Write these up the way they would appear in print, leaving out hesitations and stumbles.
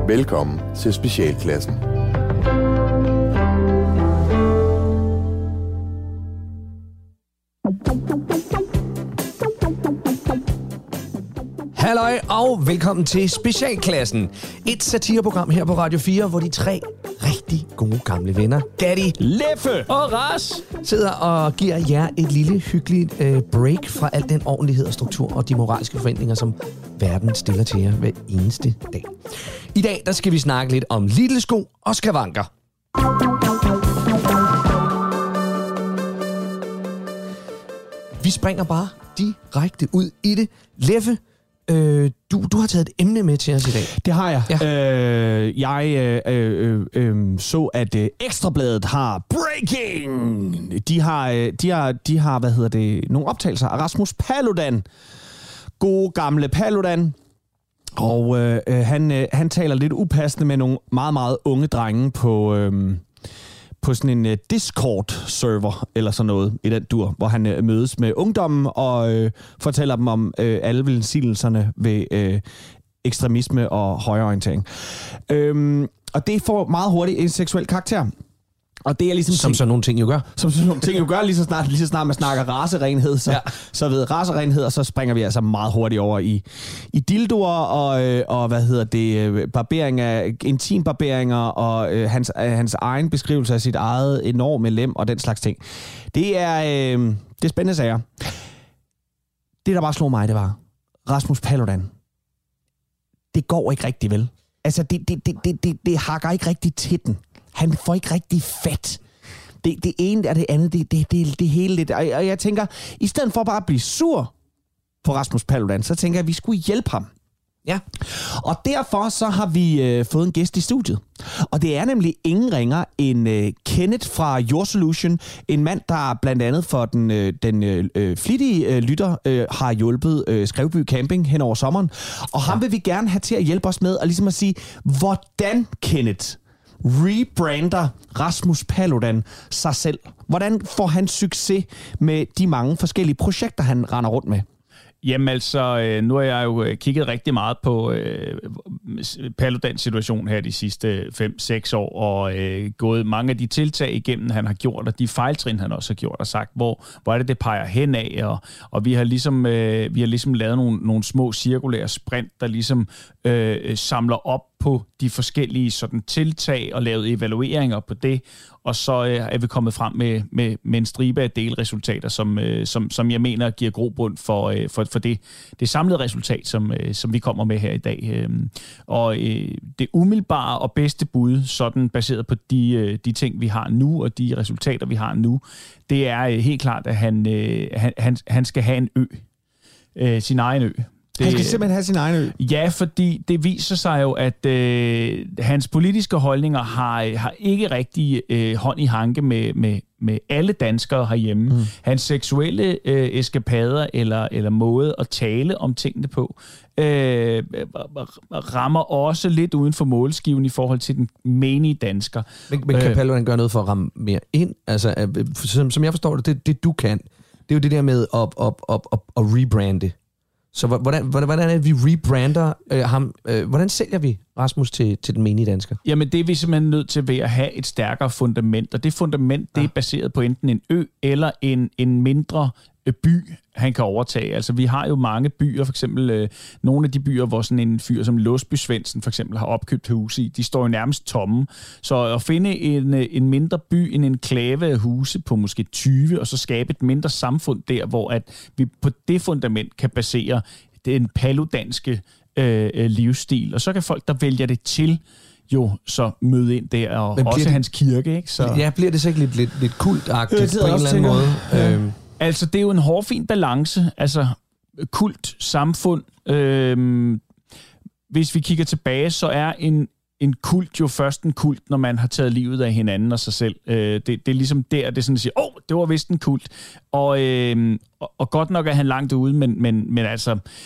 Velkommen til Specialklassen. Halløj og velkommen til Specialklassen. Et satireprogram her på Radio 4, hvor de tre rigtig gode gamle venner, Daddy, Leffe og Ras, sidder og giver jer et lille hyggeligt break fra al den ordentlighed og struktur og de moralske forventninger, som verden stiller til jer hver eneste dag. I dag der skal vi snakke lidt om Lidl sko og skavanker. Vi springer bare direkte ud i det. Leffe, du har taget et emne med til os i dag. Det har jeg. Ja. Jeg så, at Ekstrabladet har breaking. De har nogle optagelser af Rasmus Paludan. God gamle Paludan. Og han taler lidt upassende med nogle meget, meget unge drenge på sådan en Discord-server eller sådan noget i den dur, hvor han mødes med ungdommen og fortæller dem om alle velsignelserne ved ekstremisme og højreorientering. Og det får meget hurtigt en seksuel karakter. Og det er ligesom som sådan nogle ting jo gør. Som sådan nogle ting jo gør, lige så snart man snakker racerenhed, så ved racerenhed, og så springer vi altså meget hurtigt over i dildoer og barbering af intimbarberinger og hans egen beskrivelse af sit eget enorme lem og den slags ting. Det er spændende sager. Det, der bare slog mig, det var Rasmus Paludan. Det går ikke rigtig vel. Altså, det hakker ikke rigtig til den. Han får ikke rigtig fat. Det ene er det andet, det hele lidt. Og jeg tænker, i stedet for bare at blive sur på Rasmus Paludan, så tænker jeg, at vi skulle hjælpe ham. Ja. Og derfor så har vi fået en gæst i studiet. Og det er nemlig ingen ringer end Kenneth fra Your Solution. En mand, der blandt andet for den flittige lytter har hjulpet Skrevby Camping hen over sommeren. Og ham vil vi gerne have til at hjælpe os med, og ligesom at sige, hvordan Kenneth rebrander Rasmus Paludan sig selv? Hvordan får han succes med de mange forskellige projekter, han render rundt med? Jamen altså, nu har jeg jo kigget rigtig meget på Paludans situation her de sidste 5-6 år, og gået mange af de tiltag igennem, han har gjort, og de fejltrin, han også har gjort, og sagt, hvor er det peger hen af, og vi har ligesom lavet nogle små cirkulære sprint, der ligesom samler op på de forskellige sådan tiltag og lavet evalueringer på det, og så er vi kommet frem med en stribe af delresultater, som jeg mener giver grobund for det samlede resultat, som vi kommer med her i dag. Og det umiddelbare og bedste bud, sådan baseret på de ting, vi har nu, og de resultater, vi har nu, det er helt klart, at han skal have en ø. Sin egen ø. Han skal simpelthen have sin egen ø. Ja, fordi det viser sig jo, at hans politiske holdninger har ikke rigtig hånd i hanke med alle danskere herhjemme. Mm. Hans seksuelle eskapader eller måde at tale om tingene på rammer også lidt uden for målskiven i forhold til den menige dansker. Men kan Paludan gøre noget for at ramme mere ind? Altså, som jeg forstår det du kan, det er jo det der med at rebrande. Så hvordan er det, vi rebrander ham? Hvordan sælger vi Rasmus til den menige dansker? Jamen, det er vi simpelthen nødt til ved at have et stærkere fundament, og det fundament, det er baseret på enten en ø eller en mindre by, han kan overtage. Altså, vi har jo mange byer, for eksempel nogle af de byer, hvor sådan en fyr som Låsby Svendsen for eksempel har opkøbt huse i, de står jo nærmest tomme. Så at finde en mindre by, en enklave af huse på måske 20, og så skabe et mindre samfund der, hvor at vi på det fundament kan basere den paludanske livsstil. Og så kan folk, der vælger det til, jo så møde ind der, og også hans kirke, ikke? Så ja, bliver det så ikke lidt kultagtigt på en eller anden måde? Ja. Altså, det er jo en hårfin balance. Altså, kult, samfund. Hvis vi kigger tilbage, så er en kult jo først en kult, når man har taget livet af hinanden og sig selv. Det er ligesom der, det er sådan at sige, det var vist en kult. Og godt nok er han langt ude, men altså,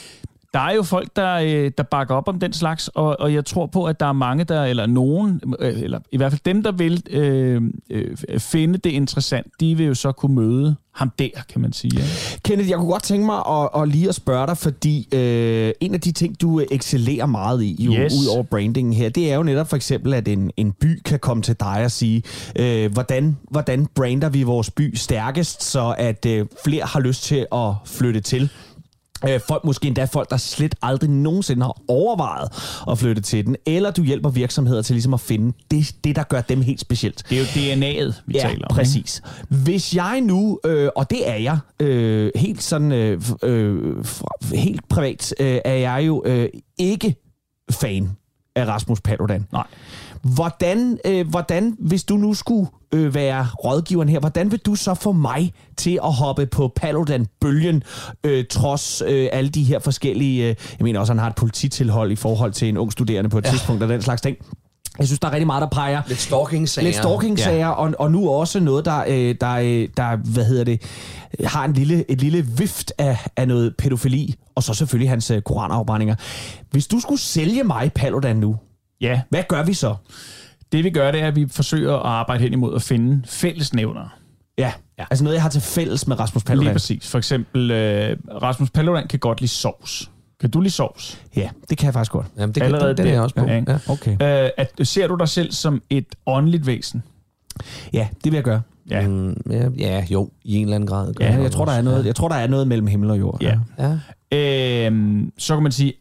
Der er jo folk, der bakker op om den slags, og jeg tror på, at der er mange, eller nogen, eller i hvert fald dem, der vil finde det interessant, de vil jo så kunne møde ham der, kan man sige. Ja. Kenneth, jeg kunne godt tænke mig at lige at spørge dig, fordi en af de ting, du excellerer meget i, ud over brandingen her, det er jo netop for eksempel, at en by kan komme til dig og sige, hvordan brander vi vores by stærkest, så at flere har lyst til at flytte til. Måske endda folk, der slet aldrig nogensinde har overvejet at flytte til den, eller du hjælper virksomheder til ligesom at finde det der gør dem helt specielt. Det er jo DNA'et, vi taler om. Præcis. Hvis jeg nu, og det er jeg, helt sådan, helt privat, er jeg jo ikke fan af Rasmus Paludan. Nej. Hvordan, hvis du nu skulle være rådgiveren her, hvordan vil du så få mig til at hoppe på Paludan-bølgen, trods alle de her forskellige... jeg mener også, han har et polititilhold i forhold til en ung studerende på et tidspunkt, og den slags ting. Jeg synes, der er rigtig meget, der peger... Lidt stalking-sager. Ja. Og nu også noget, der har et lille vift af noget pædofili, og så selvfølgelig hans koranafbrændinger. Hvis du skulle sælge mig Paludan nu, ja. Hvad gør vi så? Det vi gør, det er, at vi forsøger at arbejde hen imod at finde fællesnævnere. Ja, altså noget, jeg har til fælles med Rasmus Paludan. Lige præcis. For eksempel, Rasmus Paludan kan godt lide sovs. Kan du lide sovs? Ja, det kan jeg faktisk godt. Jamen, det er jeg også på. Ja. Ja. Okay. Ser du dig selv som et åndeligt væsen? Ja, det vil jeg gøre. Ja. Jo, i en eller anden grad. Jeg tror, der er noget mellem himmel og jord. Ja. Så kan man sige,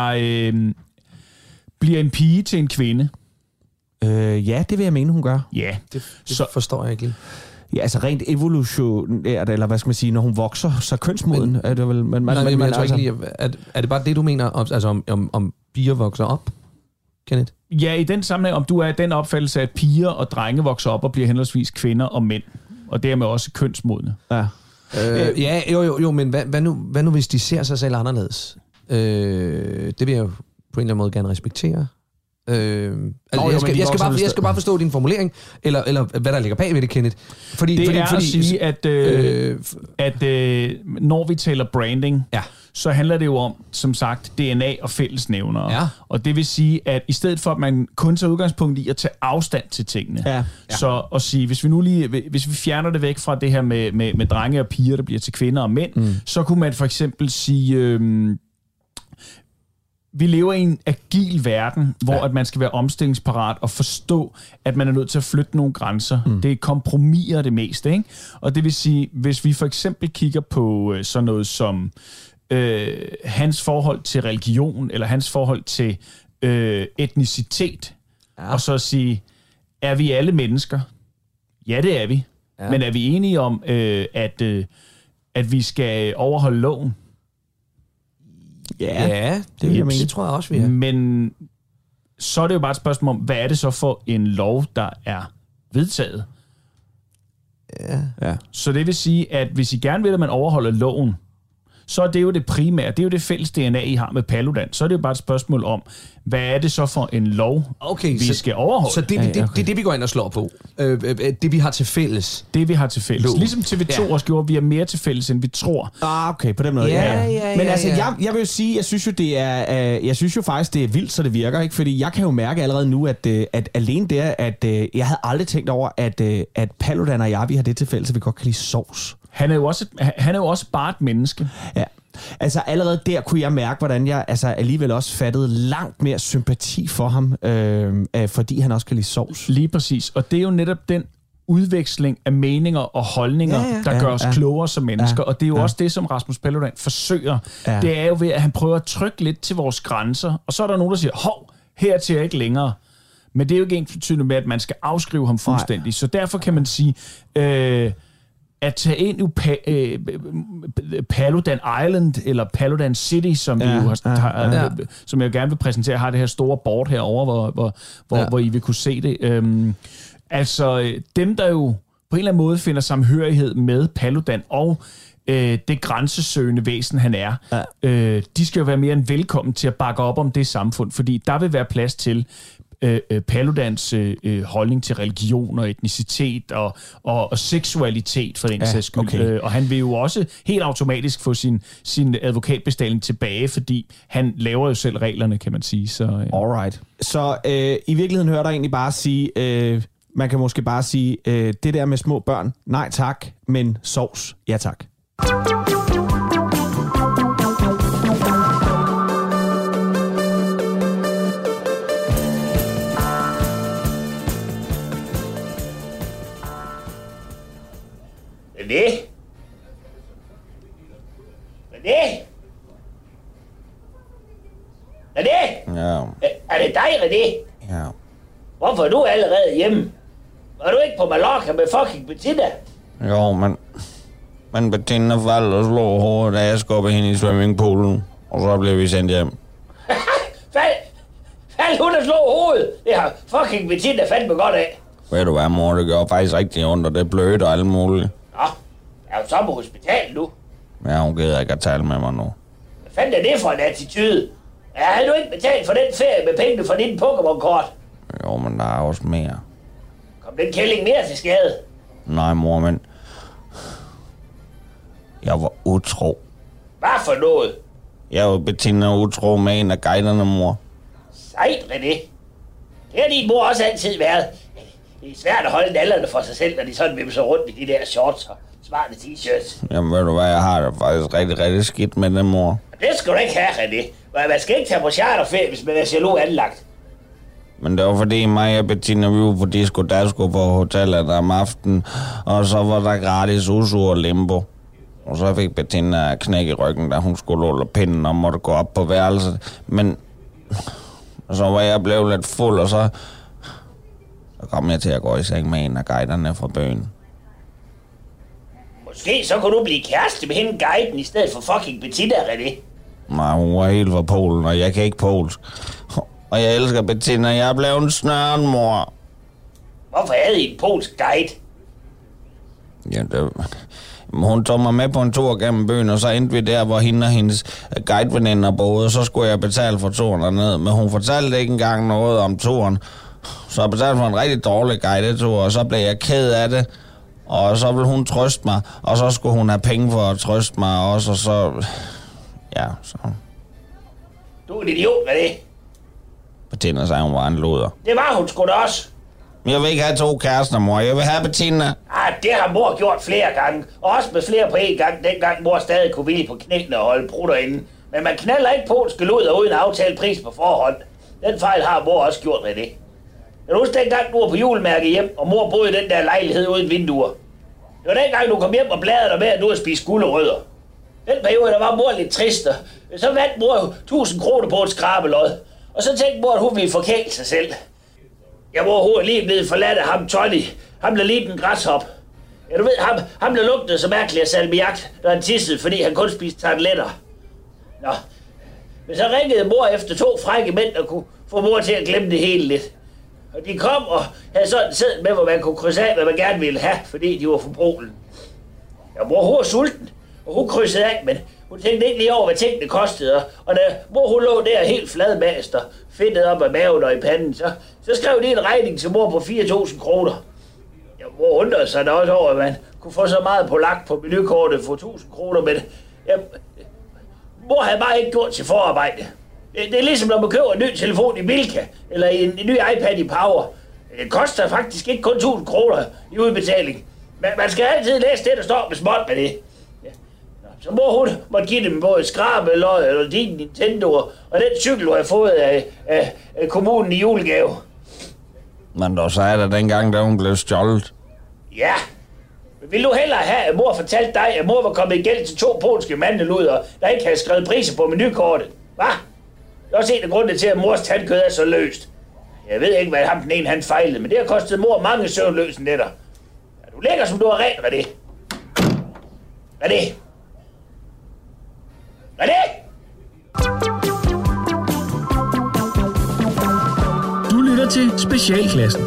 bliver en pige til en kvinde? Ja, det vil jeg mene, hun gør. Ja. Det forstår jeg ikke. Ja, altså rent evolutionært, eller hvad skal man sige, når hun vokser, så kønsmoden er det vel... Er det bare det, du mener, om piger vokser op, Kenneth? Ja, i den sammenhæng, om du er den opfattelse, at piger og drenge vokser op og bliver henholdsvis kvinder og mænd, og dermed også kønsmodne. Ja. Jo, men hvad nu, hvis de ser sig selv anderledes? Det vil jeg jo på en eller anden måde gerne respektere. Jeg skal bare forstå din formulering, eller hvad der ligger bag ved det, Kenneth. Fordi at sige, at når vi taler branding, så handler det jo om, som sagt, DNA og fællesnævnere. Ja. Og det vil sige, at i stedet for, at man kun tager udgangspunkt i at tage afstand til tingene, så at sige, hvis vi fjerner det væk fra det her med drenge og piger, der bliver til kvinder og mænd, så kunne man for eksempel sige... Vi lever i en agil verden, hvor at man skal være omstillingsparat og forstå, at man er nødt til at flytte nogle grænser. Det er kompromiser det meste, ikke? Og det vil sige, hvis vi for eksempel kigger på sådan noget som hans forhold til religion, eller hans forhold til etnicitet, og så sige, er vi alle mennesker? Ja, det er vi. Ja. Men er vi enige om, at vi skal overholde loven? Ja, det tror jeg også, vi er. Men så er det jo bare et spørgsmål om, hvad er det så for en lov, der er vedtaget? Ja. Så det vil sige, at hvis I gerne vil, at man overholder loven, så er det jo det primære. Det er jo det fælles DNA, I har med Paludan. Så er det jo bare et spørgsmål om, hvad er det så for en lov, vi skal overholde? Så det er det, vi går ind og slår på. Det, vi har til fælles. Det, vi har til fælles. Loven. Ligesom TV2 også gjorde, vi er mere til fælles, end vi tror. Okay, på den måde. Men altså, jeg vil jo sige, jeg synes jo faktisk, det er vildt, så det virker, ikke? Fordi jeg kan jo mærke allerede nu, at alene der, at jeg havde aldrig tænkt over, at Paludan og jeg, vi har det til fælles, at vi godt kan lide sovs. Han er jo også bare et menneske. Ja. Altså allerede der kunne jeg mærke, hvordan jeg alligevel også fattede langt mere sympati for ham, fordi han også kan lide sovs. Lige præcis. Og det er jo netop den udveksling af meninger og holdninger, der gør os klogere som mennesker. Og det er jo også det, som Rasmus Paludan forsøger. Ja. Det er jo ved, at han prøver at trykke lidt til vores grænser. Og så er der nogen, der siger, hov, hertil er ikke længere. Men det er jo ikke ensbetydende med, at man skal afskrive ham fuldstændig. Nej. Så derfor kan man sige... at tage ind i Paludan Island, eller Paludan City, som som jeg gerne vil præsentere, har det her store board herovre, hvor I vil kunne se det. Dem, der jo på en eller anden måde finder samhørighed med Paludan, og det grænsesøgende væsen, han er, de skal jo være mere end velkommen til at bakke op om det samfund, fordi der vil være plads til Paludans holdning til religion og etnicitet og seksualitet for den sags skyld. Okay. Og han vil jo også helt automatisk få sin advokatbestilling tilbage, fordi han laver jo selv reglerne, kan man sige. Så, Alright. Så i virkeligheden hører der egentlig bare sige, man kan måske bare sige, det der med små børn, nej tak, men sovs, ja tak. René? Ja. Er det dig, René? Ja. Hvorfor er du allerede hjemme? Var du ikke på Mallorca med fucking Bettina? Jo, men Bettina faldt og slog hovedet, da jeg skubbede hende i swimmingpoolen. Og så blev vi sendt hjem. Faldt hun og slog hovedet? Det har fucking Bettina fandme godt af. Ved du hvad, mor, det gjorde faktisk rigtig ondt, og det blødt og alt muligt. Nå, er hun så på hospitalet nu? Ja, hun gider ikke at tale med mig nu. Hvad fanden er det for en attitude? Ja, har du ikke betalt for den ferie med pengene fra din Pokémon-kort? Jo, men der er også mere. Kom den kælling mere til skade? Nej, mor, men... Jeg var utro. Hvad for noget? Jeg var Bettina utro med en af guiderne, mor. Sejt, René. Det har din mor også altid været. Det er svært at holde nallerne for sig selv, når de sådan vimser rundt i de der shorts og smarte t-shirts. Jamen, ved du hvad, jeg har det faktisk rigtig, rigtig skidt med det, mor. Det skal du ikke have, René. Man skal ikke tage på charterferie, hvis man er jaloux anlagt. Men det var fordi mig og Bettina, vi var på Disco Dasko på hotellet om aftenen, og så var der gratis usu og limbo. Og så fik Bettina knæk i ryggen, da hun skulle lulle pinden og måtte gå op på værelset. Men så var jeg blevet lidt fuld, og så kom jeg til at gå i seng med en af guiderne fra bøen. Måske så kunne du blive kæreste med hende guiden i stedet for fucking Bettina, René. Nej, hun var helt fra Polen, og jeg kan ikke polsk. Og jeg elsker Bettina, jeg er blevet en snøren, mor. Hvorfor havde I en polsk guide? Ja, hun tog mig med på en tur gennem byen, og så endte vi der, hvor hende og hendes guideveninder boede, og så skulle jeg betale for turen derned. Men hun fortalte ikke engang noget om turen. Så jeg betalte for en rigtig dårlig guidetur, og så blev jeg ked af det. Og så ville hun trøste mig, og så skulle hun have penge for at trøste mig også, og så... Ja, så... Du er en idiot, René. Bettina sagde, hun var en luder. Det var hun sgu da også. Jeg vil ikke have 2 kærester, mor. Jeg vil have Bettina. Det har mor gjort flere gange. Og også med flere på én gang, dengang mor stadig kunne hvile på knæene og holde prutter inde. Men man knalder ikke polske luder uden at aftale pris på forhånd. Den fejl har mor også gjort, René. Jeg husker dengang, du var på julemærke hjem, og mor boede i den der lejlighed uden vinduer. Det var dengang, du kom hjem og bladrede dig med, at du havde spist gulerødder. Den periode, der var mor lidt trist, og så vandt mor 1000 kroner på et skrabelod. Og så tænkte mor, at hun ville forkæle sig selv. Jeg var overhovedet lige blevet forladt af ham, Tony. Han blev lige en græshop. Ja, du ved, ham blev lugtet så mærkeligt af salmiak, da han tissede, fordi han kun spiste tarteletter. Nå, men så ringede mor efter 2 frække mænd, der kunne få mor til at glemme det hele lidt. Og de kom og havde sådan en seddel med, hvor man kunne krydse af, hvad man gerne ville have, fordi de var fra Polen. Ja, mor, hun var sulten, og hun krydsede af, men hun tænkte ikke lige over, hvad tingene kostede. Og da mor, hun lå der helt fladmast og fedtet op af maven og i panden, så skrev de en regning til mor på 4.000 kroner. Ja, mor undrede sig da også over, at man kunne få så meget på lagt på menukortet for 1.000 kroner, men ja, mor havde bare ikke gjort til forarbejde. Det er ligesom, når man køber en ny telefon i Milka, eller en ny iPad i Power. Det koster faktisk ikke kun 1.000 kroner i udbetaling. Men man skal altid læse det, der står med småt med det. Ja. Så mor, hun måtte give dem både skrabeløg eller din Nintendo, og den cykel, du har fået af kommunen i julegave. Men du sagde det dengang, da hun blev stjålet. Ja. Men vil du hellere have, at mor fortalte dig, at mor var kommet i gæld til 2 polske mandeluder, der ikke havde skrevet priser på menukortet? Hvad? Det er også en af grundene til, at mors tandkød er så løst. Jeg ved ikke, hvad ham den ene han fejlede, men det har kostet mor mange søvnløse nætter. Ja, du ligger, som du har rent, René. René! René! Du lytter til Specialklassen.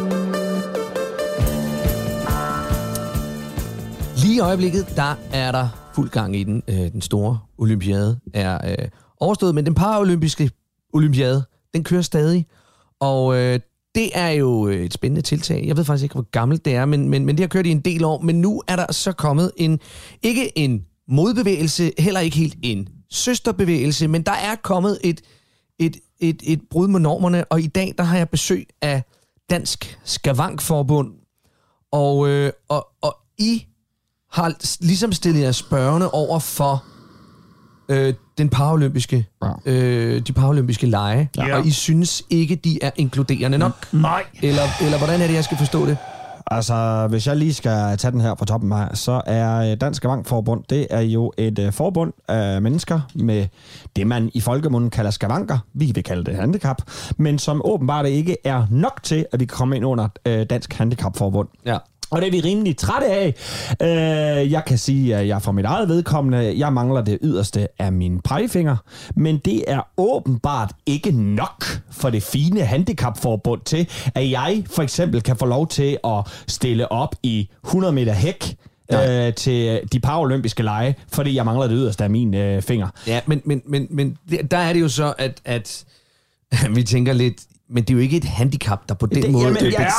Lige i øjeblikket, der er der fuld gang i den. Den store olympiade er overstået, men den paralympiske olympiade, den kører stadig. Og det er jo et spændende tiltag. Jeg ved faktisk ikke, hvor gammelt det er, men det har kørt i en del år. Men nu er der så kommet ikke en modbevægelse, heller ikke helt en søsterbevægelse, men der er kommet et brud med normerne, og i dag der har jeg besøg af Dansk Skavankforbund, og I har ligesom stillet jer spørgende over for de paralympiske lege, og I synes ikke, de er inkluderende nok? Nej. Eller hvordan er det, jeg skal forstå det? Altså, hvis jeg lige skal tage den her fra toppen af, så er Dansk Skavankforbund, det er jo et forbund af mennesker med det, man i folkemunden kalder skavanker. Vi vil kalde det handicap, men som åbenbart ikke er nok til, at vi kan komme ind under Dansk Handicapforbund. Ja. Og det er vi rimelig trætte af. Jeg kan sige, at jeg for mit eget vedkommende, jeg mangler det yderste af min pegefinger, men det er åbenbart ikke nok for det fine handicapforbund til, at jeg for eksempel kan få lov til at stille op i 100 meter hæk til de paralympiske lege, fordi jeg mangler det yderste af min finger. Ja, men der er det jo så, at vi tænker lidt, men det er jo ikke et handicap, der på den måde... Jamen, jeg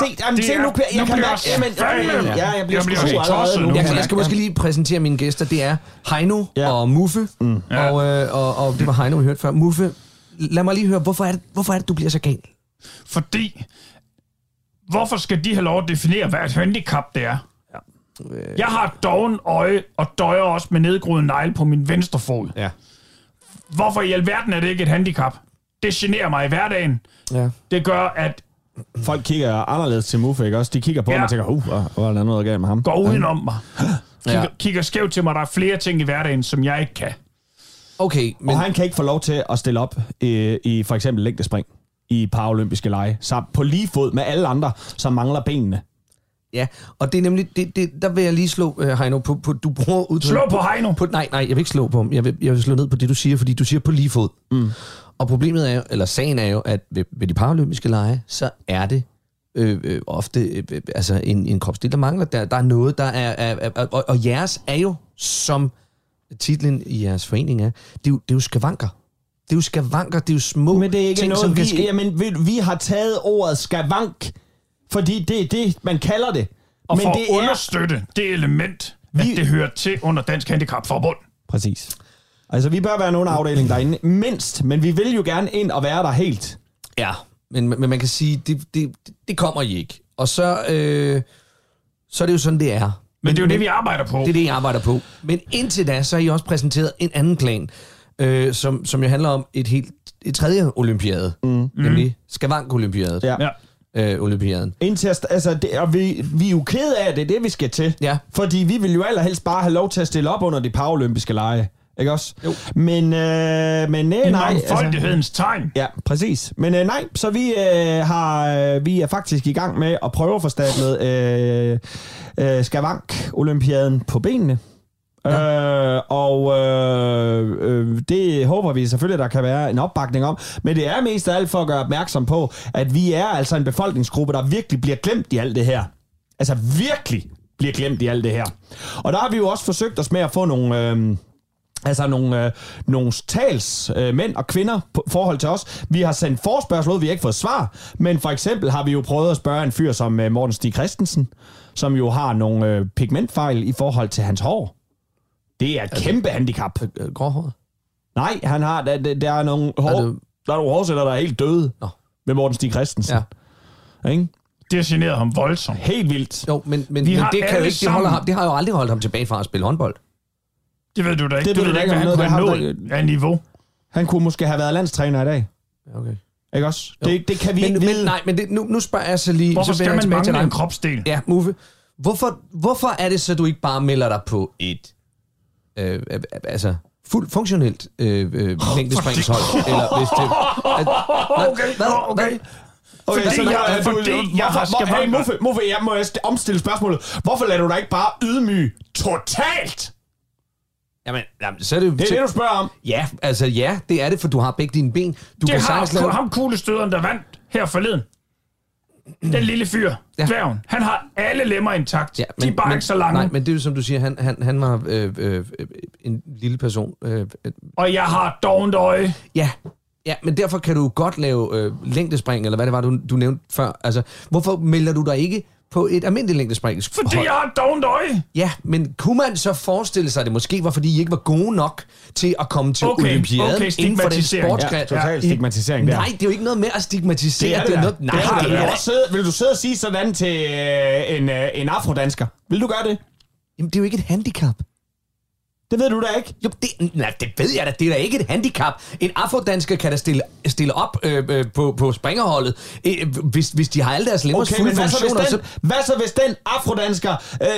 skal måske lige præsentere mine gæster. Det er Heino og Muffe, og det var Heino, vi hørte før. Muffe, lad mig lige høre, hvorfor er det, du bliver så gal? Fordi, hvorfor skal de have lov at definere, hvad et handicap det er? Jeg har et doven øje, og døjer også med nedgroet negl på min venstre fod. Ja. Hvorfor i alverden er det ikke et handicap? Det generer mig i hverdagen. Ja. Det gør, at... Folk kigger anderledes til Muffe, ikke også? De kigger på mig og tænker, hvor er der noget galt med ham? Går udenom mig. Kigger skævt til mig. Der er flere ting i hverdagen, som jeg ikke kan. Okay, men... Og han kan ikke få lov til at stille op i for eksempel længdespring i paralympiske lege. Så på lige fod med alle andre, som mangler benene. Ja, og det er nemlig, der vil jeg lige slå Heino på du bruger udtryk... Slå på Heino? Nej, jeg vil ikke slå på ham. Jeg vil slå ned på det, du siger, fordi du siger på lige fod. Mm. Og problemet er jo, eller sagen er jo, at ved de paralympiske lege, så er det ofte altså en kropsdel, der mangler. Der er noget, der er og jeres er jo, som titlen i jeres forening er, det er jo skavanker. Det er jo skavanker, det er jo små men det er ikke ting, noget, vi har taget ordet skavank, fordi det er det, man kalder det. Og men for det at understøtte det element, at det hører til under Dansk Handicapforbund. Præcis. Altså, vi bør være nogen afdeling derinde, mindst, men vi vil jo gerne ind og være der helt. Ja, men man kan sige, det kommer I ikke. Og så er det jo sådan, det er. Men det er jo det, vi arbejder på. Det er det, I arbejder på. Men indtil da, så har I også præsenteret en anden plan, som jo handler om et tredje olympiade, nemlig Skavank-olympiadet. Ja. Olympiaden. Indtil, altså, og vi er jo ked af, det er det, vi skal til. Ja. Fordi vi vil jo allerhelst bare have lov til at stille op under de paralympiske lege. Ikke også? Jo. Men nej. Folkelighedens tegn. Ja, præcis. Men nej, så vi er faktisk i gang med at prøve at få stablet Skavank-olympiaden på benene. Ja. Det håber vi selvfølgelig, der kan være en opbakning om. Men det er mest af alt for at gøre opmærksom på, at vi er altså en befolkningsgruppe, der virkelig bliver glemt i alt det her. Altså virkelig bliver glemt i alt det her. Og der har vi jo også forsøgt os med at få nogle talsmænd og kvinder på forhold til os. Vi har sendt forespørgsel ud, vi har ikke fået svar. Men for eksempel har vi jo prøvet at spørge en fyr som Morten Stig Christensen, som jo har nogle pigmentfejl i forhold til hans hår. Det er et kæmpe handicap. Gråhåret? Nej, han har, der er nogle hårceller, der er helt døde med Morten Stig Christensen. Ja. Ikke? Det har generet ham voldsomt. Helt vildt. Jo, men det kan jo ikke, det har jo aldrig holdt ham tilbage fra at spille håndbold. Det ved du da ikke. Det ved du ikke, hvad han kunne nå af niveau. Han kunne måske have været landstræner i dag. Okay. Ikke også? Det kan vi ikke vide. Men nu spørger jeg så lige... Hvorfor skal man mangle en kropsdel? Ja, Muffe. Hvorfor er det så, du ikke bare melder dig på et fuldt funktionelt længdespringshold? Eller hvis det... Okay. Muffe, jeg må omstille spørgsmålet. Hvorfor lader du dig ikke bare ydmyge totalt? Jamen, så er det jo... Det er det, du spørger om. Ja, det er det, for du har begge dine ben. Det har ham kuglestøderen, der vandt her forleden. Den lille fyr, dværgen, han har alle lemmer intakt. Ja, de er bare ikke så lange. Nej, men det er jo som du siger, han var en lille person. Og jeg har et dovent øje. Ja, Ja, men derfor kan du godt lave længdespring, eller hvad det var, du nævnte før. Altså, hvorfor melder du dig ikke på et almindeligt længdespring? Fordi jeg har et dovent øje. Ja, men kunne man så forestille sig, at det måske var, fordi I ikke var gode nok til at komme til Olympiaden inden for den sportsgren? Ja, total stigmatisering der. Nej, det er jo ikke noget med at stigmatisere. Det er noget, vil du sidde og sige sådan til en afrodansker? Vil du gøre det? Jamen, det er jo ikke et handicap. Det ved du da ikke. Jo, det ved jeg da. Det er da ikke et handicap. En afrodansker kan da stille op på springerholdet, hvis de har alle deres lemmers fulde funktioner. Hvad så hvis den afrodansker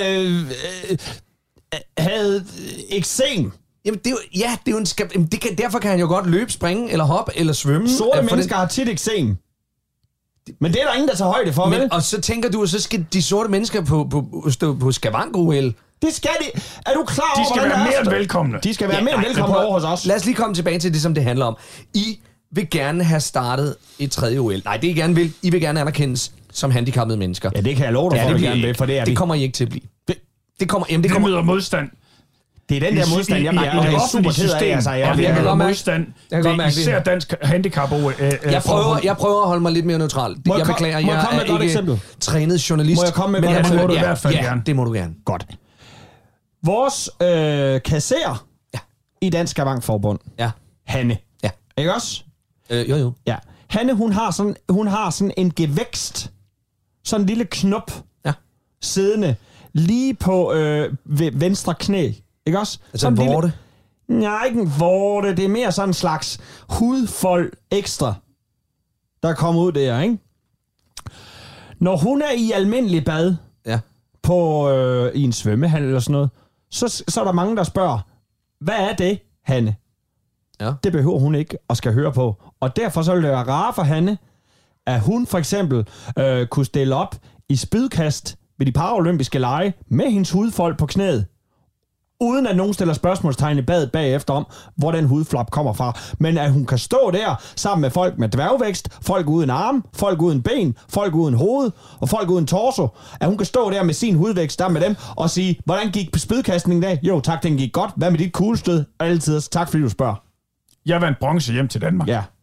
havde eksem? Jamen, det er jo en derfor kan han jo godt løbe, springe, eller hoppe, eller svømme. Sorte mennesker har tit eksem. Men det er der ingen, der tager højde for, vel? Og så tænker du, så skal de sorte mennesker stå på skavank-OL. Det skal de. Er du klar over, de skal være mere velkomne. De skal være mere velkomne over hos os. Lad os lige komme tilbage til det, som det handler om. I vil gerne have startet et tredje OL. Nej, det I gerne vil. I vil gerne anerkendes som handicappede mennesker. Ja, det kan jeg love dig for, det gerne vil, for det kommer I ikke til at blive. Det kommer møder modstand. Det er den der modstand, jeg er super ked af. Altså, jeg kan modstand. Jeg kan mærke især dansk handicap. Jeg prøver at holde mig lidt mere neutral. Jeg beklager, jeg er ikke trænet journalist. Må jeg komme med et godt eksempel? Ja, det må du gerne. Godt. Vores kasserer i Dansk Skavank-forbund, Hanne, ikke også? Jo. Ja. Hanne, hun har sådan en gevækst, sådan en lille knop, siddende lige på ved venstre knæ, ikke også? Altså en vorte? Nej, ikke en vorte, det er mere sådan en slags hudfold ekstra, der kommer ud der, ikke? Når hun er i almindelig bad, på i en svømmehal eller sådan noget, så er der mange, der spørger, hvad er det, Hanne? Ja. Det behøver hun ikke at skal høre på. Og derfor så vil det være rart for Hanne, at hun for eksempel kunne stille op i spydkast ved de paralympiske lege med hendes hudfold på knæet, uden at nogen stiller spørgsmålstegn i badet bagefter om, hvor den hudflap kommer fra. Men at hun kan stå der sammen med folk med dværgvækst, folk uden arme, folk uden ben, folk uden hoved og folk uden torso. At hun kan stå der med sin hudvækst sammen med dem og sige, hvordan gik spydkastningen i dag? Jo tak, den gik godt. Hvad med dit kuglestød? Altid. Tak fordi du spørger. Jeg vandt bronze hjem til Danmark. Ja.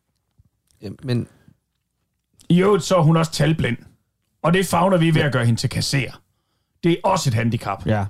Men i øvrigt så er hun også talblind. Og det favner vi ved at gøre hende til kasserer. Det er også et handicap. Ja.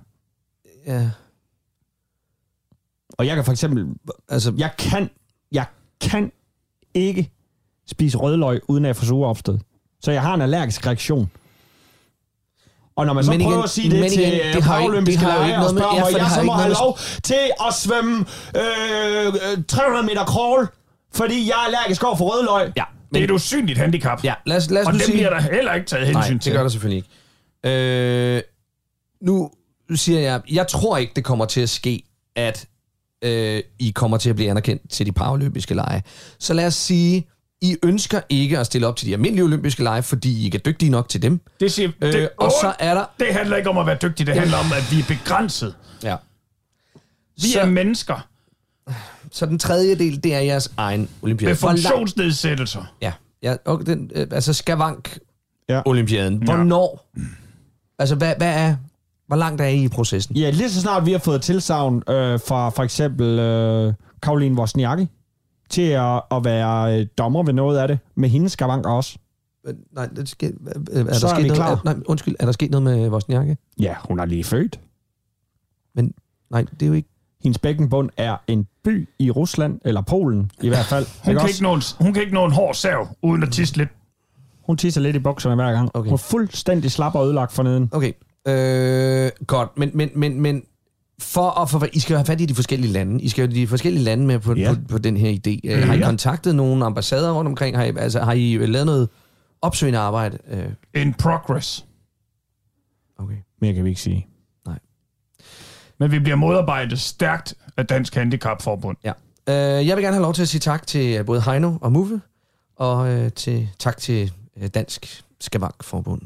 Og jeg kan for eksempel, jeg kan ikke spise rødløg, uden at få sugeopstød. Så jeg har en allergisk reaktion. Og når man så prøver at sige det til paralympiske lege og spørger, hvor jeg så må have lov til at svømme 300 meter crawl, fordi jeg er allergisk over for rødløg. Ja, det er et usynligt handicap. Ja, lad os og dem bliver der heller ikke taget hensyn til. Nej, det gør der selvfølgelig ikke. Nu siger jeg tror ikke, det kommer til at ske, at I kommer til at blive anerkendt til de paralympiske lege. Så lad os sige, I ønsker ikke at stille op til de almindelige olympiske lege, fordi I ikke er dygtige nok til dem. Det siger, og så er der... Det handler ikke om at være dygtig, det handler om, at vi er begrænset. Ja. Vi er mennesker. Så den tredje del, det er jeres egen olympiade. Med funktionsnedsættelser. Ja, og den, altså Skavank-olympiaden. Hvornår? Altså, hvad er... Hvor langt er I i processen? Ja, lige så snart vi har fået tilsagn fra for eksempel Caroline Wozniacki til at være dommer ved noget af det, med hendes skavanker også. Nej, er der sket noget? Nej, undskyld, er der sket noget med Wozniacki? Ja, hun er lige født. Men nej, det er jo ikke... Hendes bækkenbund er en by i Rusland, eller Polen i hvert fald. Hun kan ikke nå en hård sav, uden at tisse lidt. Hun tisser lidt i bukserne hver gang. Okay. Hun er fuldstændig slap og ødelagt forneden. Okay. Godt, men I skal have fat i de forskellige lande. I skal have de forskellige lande med på den her idé. Har I kontaktet nogle ambassader rundt omkring? Har I lavet noget opsøgende arbejde? In progress. Okay. Mere kan vi ikke sige. Nej. Men vi bliver modarbejdet stærkt af Dansk Handicap-forbund. Ja. Jeg vil gerne have lov til at sige tak til både Heino og Muffe, og tak til Dansk Skavank-forbund.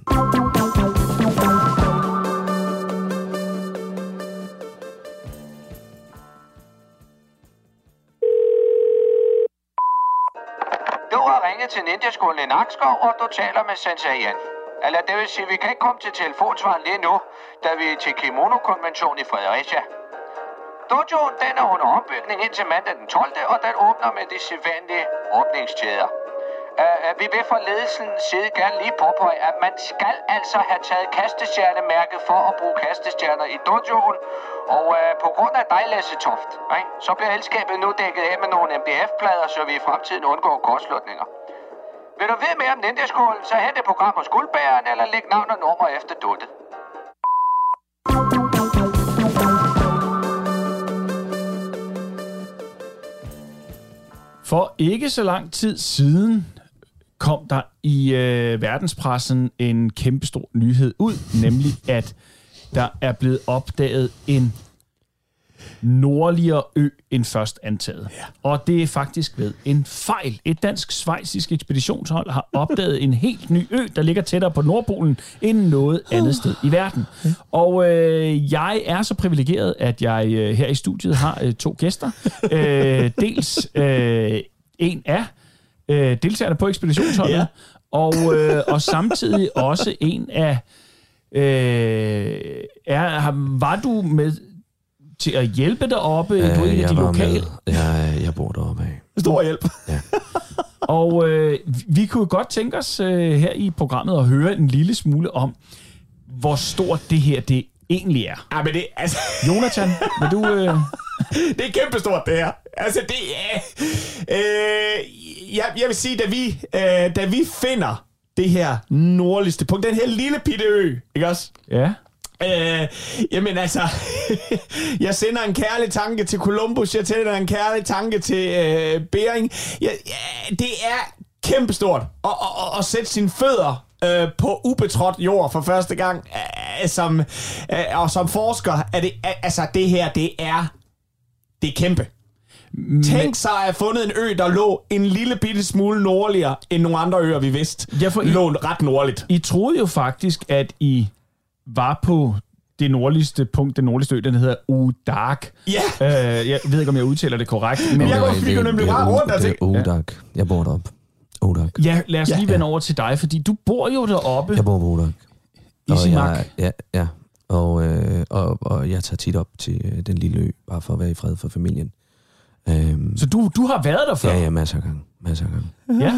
Du har ringet til Ninjaskolen i Nakskov, og du taler med Sensei Jan. Eller det vil sige, vi kan ikke komme til telefonsvaren lige nu, da vi er til Kimono-konvention i Fredericia. Dojoen den er under ombygning indtil mandag den 12. og den åbner med de sædvanlige åbningstider. Vi vil fra ledelsens side gerne lige påpege, at man skal altså have taget kastestjernemærket for at bruge kastestjerner i dojoen. Og på grund af dig, Lasse Toft, så bliver elskabet nu dækket af med nogle MDF-plader, så vi i fremtiden undgår kortslutninger. Vil du vide mere om ninjaskolen, så hent et program hos Guldbæren, eller læg navn og nummer efter duttet. For ikke så lang tid siden kom der i verdenspressen en kæmpestor nyhed ud, nemlig at der er blevet opdaget en nordligere ø end først antaget. Ja. Og det er faktisk ved en fejl. Et dansk-schweizisk ekspeditionshold har opdaget en helt ny ø, der ligger tættere på Nordpolen end noget andet sted i verden. Og jeg er så privilegeret, at jeg her i studiet har to gæster. Dels en af deltagerne på ekspeditionsholdet, ja. og samtidig også en af... var du med til at hjælpe deroppe? Du er en af de lokale. Jeg bor deroppe af. Stor hjælp. Ja. Og vi kunne godt tænke os her i programmet at høre en lille smule om, hvor stort det her det egentlig er. Ja, men det altså... Jonathan, vil du... Det er kæmpestort, det her. Altså, det er... jeg vil sige, da vi finder det her nordligste punkt, den her lille bitte ø, ikke også? Ja. Jamen altså, jeg sender en kærlig tanke til Columbus, jeg sender en kærlig tanke til Bering. Det er kæmpestort at sætte sine fødder på ubetrådt jord for første gang. Som forsker er det, altså det her, det er kæmpe. Tænk sig at have fundet en ø, der lå en lille bitte smule nordligere end nogle andre øer, vi vidste lå ret nordligt. I troede jo faktisk, at I var på det nordligste punkt, den nordligste ø, den hedder Udak. Ja. Jeg ved ikke, om jeg udtaler det korrekt. Men jeg fik nemlig bare rundt og tænkte... Udak. Jeg bor deroppe. Udak. Ja, lad os lige vende over til dig, fordi du bor jo deroppe. Jeg bor på Udak. Isimak. Ja. Og jeg tager tit op til den lille ø, bare for at være i fred for familien. Så du har været der før? Ja, masser af gange. Ja.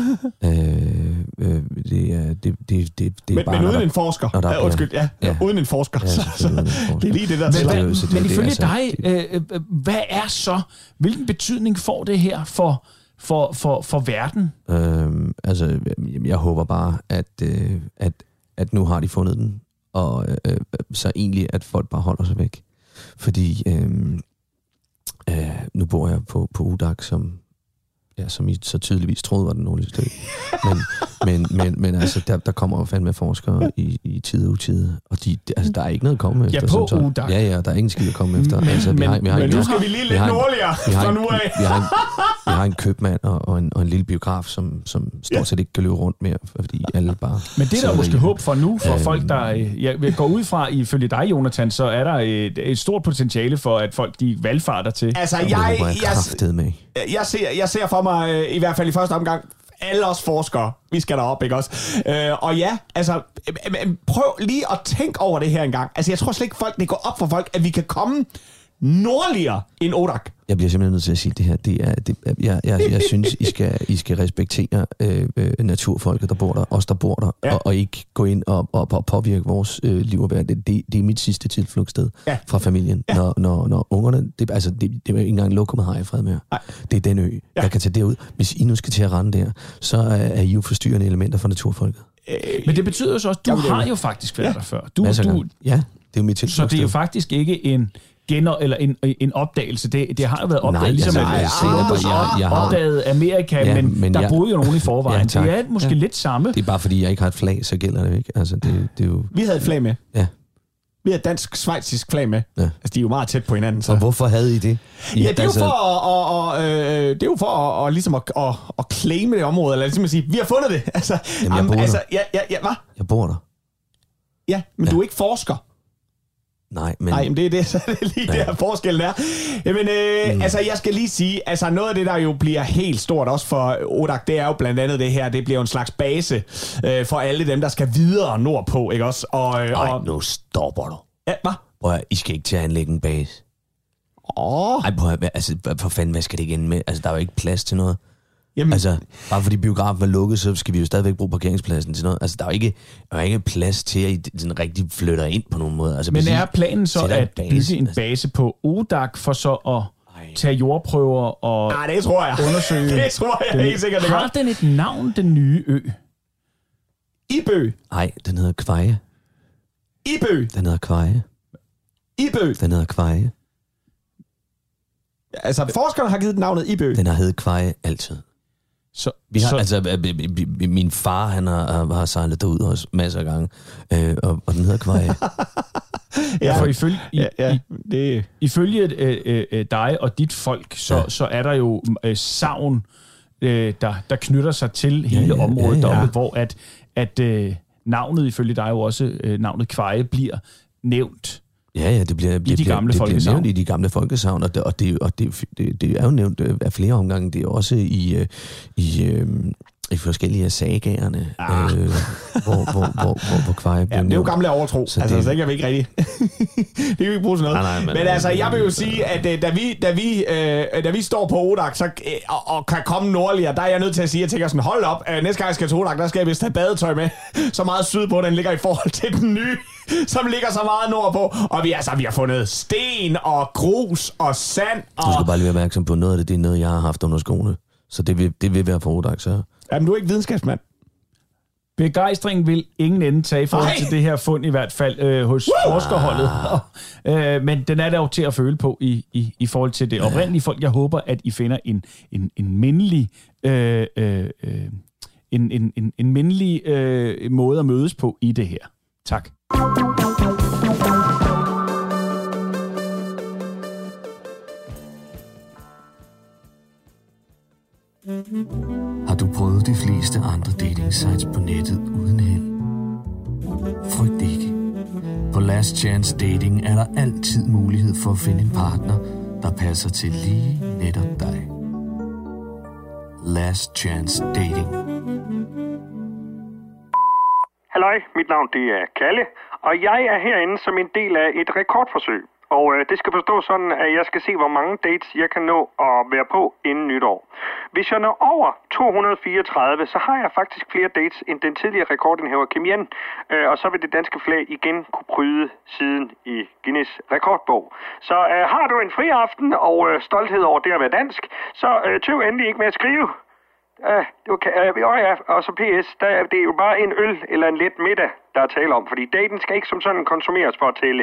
Det er bare... Men uden en forsker. Undskyld, uden en forsker. Så det er lige det, der tæller. Men ifølge dig, hvad er så... Hvilken betydning får det her for verden? Jeg håber bare, at nu har de fundet den, og så egentlig, at folk bare holder sig væk. Fordi... nu bor jeg på Udak, som I så tydeligvis troede var den nordligste ø. Men altså, der kommer jo fandme forskere i tide og utide, og der er ikke noget at komme efter. Ja, på Udak. Ja, der er ingen skid at komme efter. Men nu skal vi lige lidt nordligere fra nu af. Vi har en købmand og en lille biograf, som stort set ikke kan løbe rundt mere, fordi alle bare... Men det er der måske håb for nu, for folk, der... Jeg går ud fra, ifølge dig, Jonathan, så er der et stort potentiale for, at folk de valgfarter til. Altså, jeg ser for mig, i hvert fald i første omgang, alle os forskere, vi skal derop, ikke også? Og ja, altså, prøv lige at tænke over det her en gang. Altså, jeg tror slet ikke, det går op for folk, at vi kan komme nordligere end Udak. Jeg bliver simpelthen nødt til at sige det her. Jeg synes, I skal respektere naturfolket, der bor der, os der bor der, ja. og ikke gå ind og påvirke vores liv og værd. Det er mit sidste tilflugtssted fra familien. Ja. Når ungerne, det er ikke engang lokummet har jeg fred med. Det er den ø, jeg kan tage derud. Hvis I nu skal til at rende der, så er I jo forstyrrende elementer for naturfolket. Men det betyder jo så også, du har jo faktisk været der før. Ja, det er jo mit tilflugtssted. Så det er jo faktisk ikke en en opdagelse. Det har jo været opdaget, ligesom at opdaget Amerika, men der boede jo nogen i forvejen. Det er måske lidt samme. Det er bare fordi, jeg ikke har et flag, så gælder det ikke. Altså, det er jo... Vi havde et flag med. Ja. Vi havde dansk-schweizisk flag med. Ja. Altså, de er jo meget tæt på hinanden. Så. Og hvorfor havde I det? Det er jo for at ligesom at claime det område, eller ligesom at sige, vi har fundet det. Altså, jeg bor der. Hvad? Jeg bor der. Ja, men du er ikke forsker. Nej, men det er lige der forskellen er. Jamen, altså, jeg skal lige sige, altså noget af det, der jo bliver helt stort også for Udak, det er jo blandt andet det her, det bliver jo en slags base for alle dem, der skal videre nordpå, ikke også? Nu stopper du. Ja, hvad? Prøv at, I skal ikke til at anlægge en base. Altså, for fanden, hvad skal det igen med? Altså, der er jo ikke plads til noget. Jamen. Altså, bare fordi biografen er lukket, så skal vi jo stadigvæk bruge parkeringspladsen til noget. Altså, der er jo ikke plads til, at I sådan rigtig flytter ind på nogen måde. Altså, men er planen så at bygge en base på ODAC for så at tage jordprøver og det tror jeg. Undersøge? Det tror jeg helt sikkert, det har den et navn, den nye ø? Ibø. Nej, den hedder Kveje. Ibø. Den hedder Kveje. Ibø. Den hedder Kveje. Altså, forskerne har givet navnet Ibø. Den har heddet Kveje altid. Vi har, min far, han har sejlet derud også masser af gange, og den hedder Kveje. For ifølge dig og dit folk, så er der jo sagn, der knytter sig til hele området deroppe, hvor at navnet, ifølge dig jo også, navnet Kveje bliver nævnt. Ja, det bliver nævnt i de gamle folkesagn, og det er jo nævnt af flere omgange. Det er også i forskellige af sagagerne, hvor Kveje bliver det er jo gamle overtro. Så altså, så kan vi ikke rigtig. Det kan vi ikke bruge sådan noget. Nej, men altså, jeg vil jo sige, at da vi står på ODAC og kan komme nordligere, der er jeg nødt til at sige, at jeg tænker sådan, hold op, næste gang jeg skal til ODAC, der skal jeg vist have badetøj med. Så meget sydpå, den ligger i forhold til den nye, som ligger så meget nordpå. Og vi har fundet sten og grus og sand. Du skal bare lige være opmærksom på noget af det er noget, jeg har haft under skoene. Så det vil være på ODAC, så. Jamen, du er ikke videnskabsmand. Begejstring vil ingen ende tage i forhold til det her fund, i hvert fald hos forskerholdet. Men den er der jo til at føle på i forhold til det oprindelige folk. Jeg håber, at I finder en mindelig en mindelig måde at mødes på i det her. Tak. Har du prøvet de fleste andre dating sites på nettet uden held? Frygt ikke. På Last Chance Dating er der altid mulighed for at finde en partner, der passer til lige netop dig. Last Chance Dating. Halløj, mit navn det er Kalle, og jeg er herinde som en del af et rekordforsøg. Og det skal forstås sådan, at jeg skal se, hvor mange dates jeg kan nå at være på inden nytår. Hvis jeg når over 234, så har jeg faktisk flere dates end den tidligere rekordindhæver Kim Yen. Og så vil det danske flag igen kunne pryde siden i Guinness rekordbog. Så har du en fri aften og stolthed over det at være dansk, så tøv endelig ikke med at skrive. Og så PS, det er jo bare en øl eller en let middag, der er tale om. Fordi daten skal ikke som sådan konsumeres for at tælle.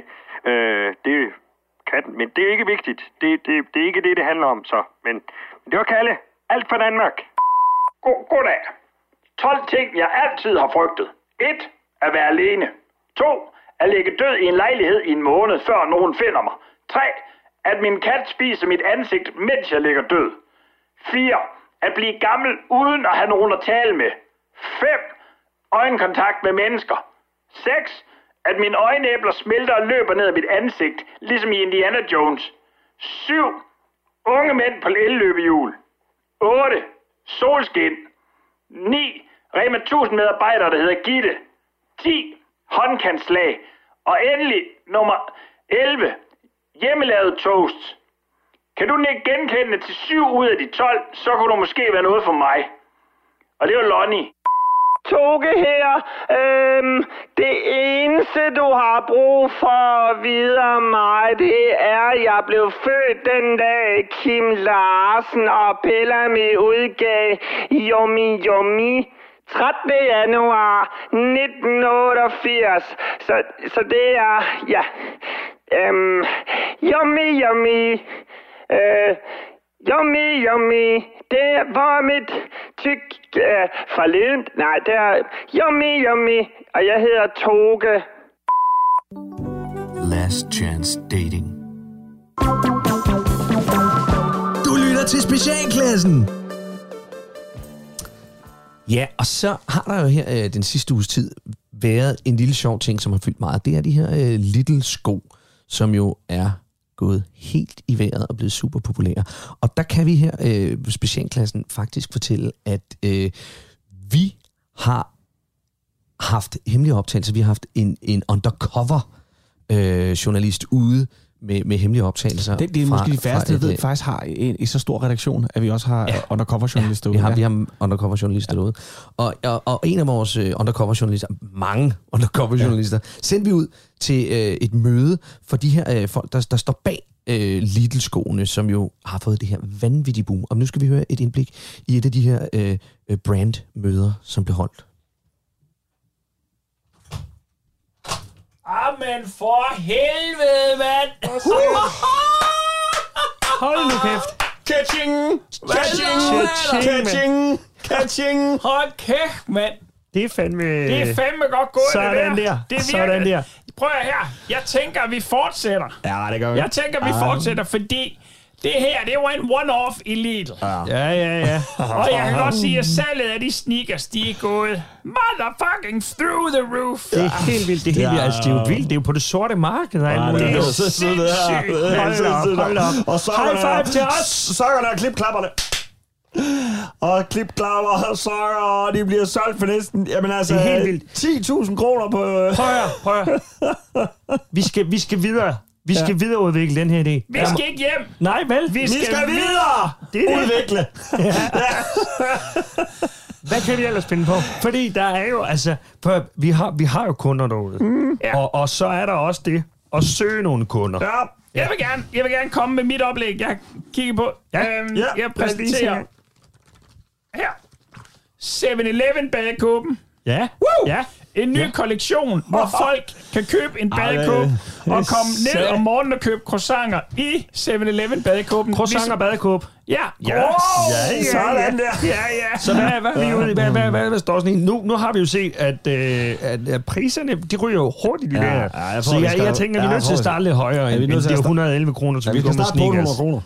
Men det er ikke vigtigt. Det er ikke det handler om, så. Men det var Kalle. Alt for Danmark. Goddag. 12 ting, jeg altid har frygtet. 1. At være alene. 2. At ligge død i en lejlighed i en måned, før nogen finder mig. 3. At min kat spiser mit ansigt, mens jeg ligger død. 4. At blive gammel uden at have nogen at tale med. 5. Øjenkontakt med mennesker. 6. At mine øjenæbler smelter og løber ned af mit ansigt, ligesom i Indiana Jones. 7. Unge mænd på elløbehjul. 8. Solskin. 9. Rema 1000 medarbejdere, der hedder Gitte. 10. Håndkantslag. Og endelig nummer 11. Hjemmelavet toast. Kan du ikke genkende til 7 ud af de 12, så kunne du måske være noget for mig. Og det var Lonnie. Toge her. Det eneste, du har brug for at vide om mig, det er, at jeg blev født den dag Kim Larsen og Bellamy udgav Yummy Yummy. 13. januar 1988. Så det er, ja, Yummy Yummy. Yummy Yummy. Det var mit forleden. Nej, det er Yummy Yummy. Og jeg hedder Toge. Last Chance Dating. Du lytter til Specialklassen. Ja, og så har der jo her den sidste uges tid været en lille sjov ting, som har fyldt meget. Det er de her Little sko, som jo er gået helt i vejret og blevet super populære. Og der kan vi her Specialklassen faktisk fortælle, at vi har haft hemmelige optagelser. Vi har haft en undercover journalist ude med hemmelige optagelser. Det er måske de færreste, der ved, faktisk har en så stor redaktion, at vi også har undercover-journalister ude. Vi har undercover-journalister derude. Og en af vores undercover-journalister, mange undercover-journalister, sendte vi ud til et møde for de her folk, der står bag Lidl-skoene, som jo har fået det her vanvittige boom. Og nu skal vi høre et indblik i et af de her brandmøder, som blev holdt. Amen for helvede, mand! Hold nu kæft. Catching! Hold kæft, mand! Det er fandme godt gået, sådan det der. der. Det virker. Sådan der. Prøv her. Jeg tænker, at vi fortsætter. Ja, det gør vi. Jeg tænker, vi fortsætter, fordi det her, det var en one-off i Lidl. Ja. Og jeg kan godt sige, at salget af de sneakers, de er gået motherfucking through the roof. Det er helt vildt. Det er jo vildt. Det er jo på det sorte marked. Det er sindssygt. Hold op. Og så high five til os. Sokkerne og klipklapperne. Og klipklapper og sokker, og de bliver solgt for næsten, jamen altså, det er helt vildt. 10.000 kroner på... Prøv at. Vi skal videre. Vi skal videreudvikle den her idé. Vi skal ikke hjem. Nej, vel? Vi skal videre! Det er udvikle. Hvad kan vi ellers finde på? Fordi der er jo, altså... Vi har jo kunder derude. Og så er der også det at søge nogle kunder. Ja. Jeg vil gerne komme med mit oplæg. Jeg kigger på... Jeg præsenterer... Her. 7-Eleven badekåben. Ja. Ja. En ny kollektion, hvor folk kan købe en badekåbe og komme ned om morgenen og købe croissanter i 7-Eleven badekåben. Croissanter og badekåbe. Ja. Sådan der. Ja. Så hvad er vi ude i? Hvad står sådan en? Nu har vi jo set, at priserne, de ryger jo hurtigt i vejret. Så jeg tænker, vi er nødt til at starte lidt højere end de 111 kroner, så vi går med sneakers.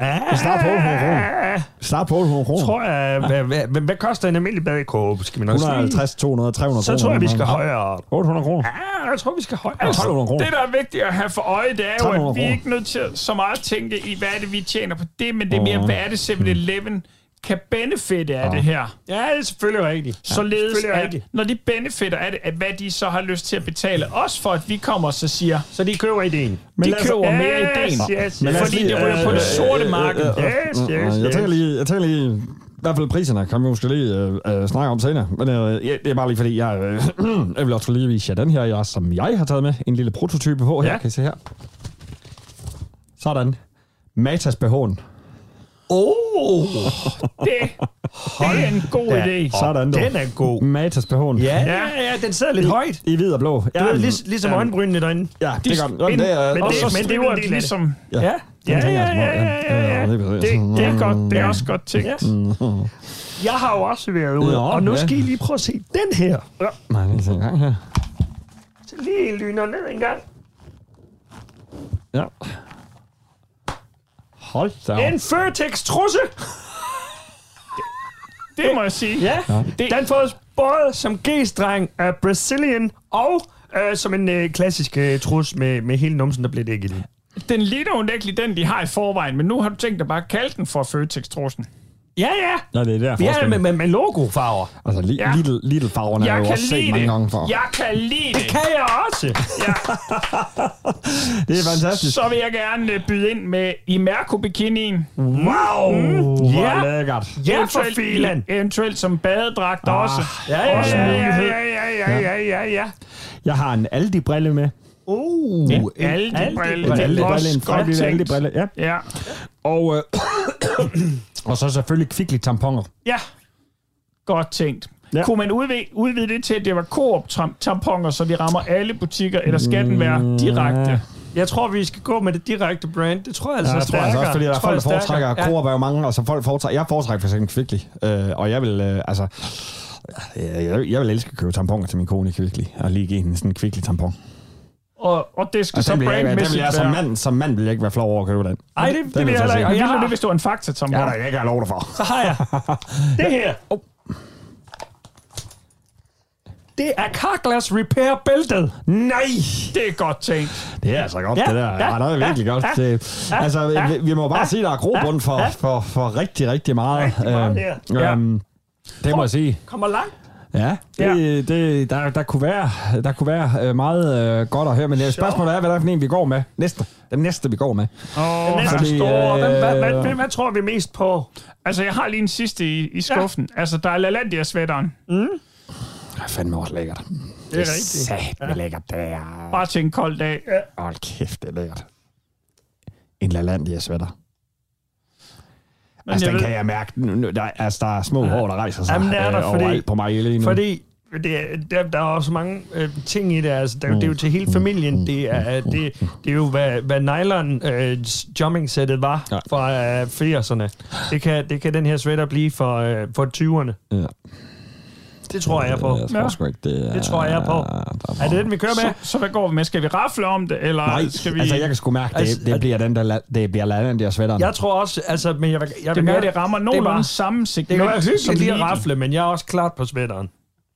Start på 800 kroner. Tror jeg, hvad koster en almindelig badekåbe? Skal vi nok 150, 200, 300 kroner. Så tror jeg, vi skal højere. 800 kroner. Ja, jeg tror, vi skal højere. 1200 kroner. Det, der er vigtigt at have for øje, det er jo, at vi er ikke nødt til så meget at tænke i, hvad er det, vi tjener på det, men det er mere, hvad er det 7-Eleven kan benefitte af det her. Ja, det er selvfølgelig rigtigt. Således, at når de benefitter af det, at hvad de så har lyst til at betale os for, at vi kommer og så siger... Så de køber ideen. De køber mere ideen. Yes. Fordi det ryger på det sorte marked. Jeg tænker lige... I hvert fald priserne kan vi måske lige snakke om senere. Men det er bare lige fordi, jeg vil også lige vise jer den her, som jeg har taget med. En lille prototype på her, kan I se her. Sådan. Matas BH'en. Det er en god idé. Sådan der. Den er god. Matas BH'en. Ja, den sidder lidt højt. I hvid og blå. Det er ligesom øjenbrynene derinde. Ja, det gør den. Men det er jo ligesom... Ja. Det er godt. Det er også godt tænkt. Jeg har jo også været ude, og nu skal I lige prøve at se den her. Nej, det er en gang her. Så lige lyner ned en gang. Ja. Hold da. En Føtex-trusse. Det må jeg sige. Ja. Den får både som G-streng af Brazilian og som en klassisk trus med hele numsen, der bliver dækket i. Den ligner unægteligt den, de har i forvejen, men nu har du tænkt dig bare at kalde den for Føtex-trussen. Ja. Nå, det er der ja, med logofarver. Altså, Lidl-farverne er jo også set mange gange for. Jeg kan lide det. Det kan jeg også. Ja. Det er fantastisk. Så vil jeg gerne byde ind med Imerco-bikinien. Wow! Hvor lækkert. Ja, for filen. Eventuelt som badedragt også. Ja. Jeg har en Aldi-brille med. En Aldi-brille. En frygtelig Aldi-brille, ja. Og så selvfølgelig Kvickly tamponer. Ja, godt tænkt. Ja. Kunne man udvide det til, at det var Coop-tamponer, så vi rammer alle butikker, eller skal den være direkte? Jeg tror, vi skal gå med det direkte brand. Det tror jeg altså stærkere. Jeg tror også, fordi der er folk, der foretrækker. Coop er jo mange, og så folk foretrækker. Jeg foretrækker for eksempel Kvickly, og jeg vil, jeg vil elske at købe tamponer til min kone i Kvickly, og lige give hende sådan en Kvickly-tampon. Og det skal så brandmæssigt være... Som mand vil jeg ikke være flov over at købe den. Nej, det vil jeg heller ikke. Og jeg vil det, hvis du er en Fakta-tampon. Ja, jeg kan have lov dig for. Så har jeg det her. Det er Carglass Repair-bæltet. Nej! Det er godt tænkt. Det er altså godt, det der. Ja, det er virkelig godt. Altså, vi må bare sige, at der er grobund for rigtig, rigtig meget. Det må jeg sige. Kommer langt. Ja, der kunne være meget godt at høre, men spørgsmålet er, hvad der er for en, vi går med. Den næste, vi går med. Hvad tror vi mest på? Altså, jeg har lige en sidste i skuffen. Ja. Altså, der er LaLandia-sweateren. Det er fandme også lækkert. Det er rigtigt. Satme lækkert, det er. Bare til en kold dag. Ja. Hold kæft, det er lækkert. En LaLandia-sweater. Altså, den kan jeg mærke. Der er små hår, der rejser sig. Jamen, det er der, overalt på mig lige nu. Fordi der er også mange ting i det. Altså, det er jo til hele familien. Det er jo, hvad nylon jumping-sættet var fra 80'erne. Det kan den her sweater blive for 20'erne. Ja. Det tror jeg på. Det tror jeg på. Er det den, vi kører med? Så hvad går vi med? Skal vi rafle om det? Eller nej, skal vi... altså jeg kan sgu mærke, det bliver den der, det bliver LaLandia sweateren. Jeg tror også, altså, men jeg vil mere, det rammer nogenlunde samme segment. Det kan være hyggeligt lige at rafle, men jeg er også klart på sweateren.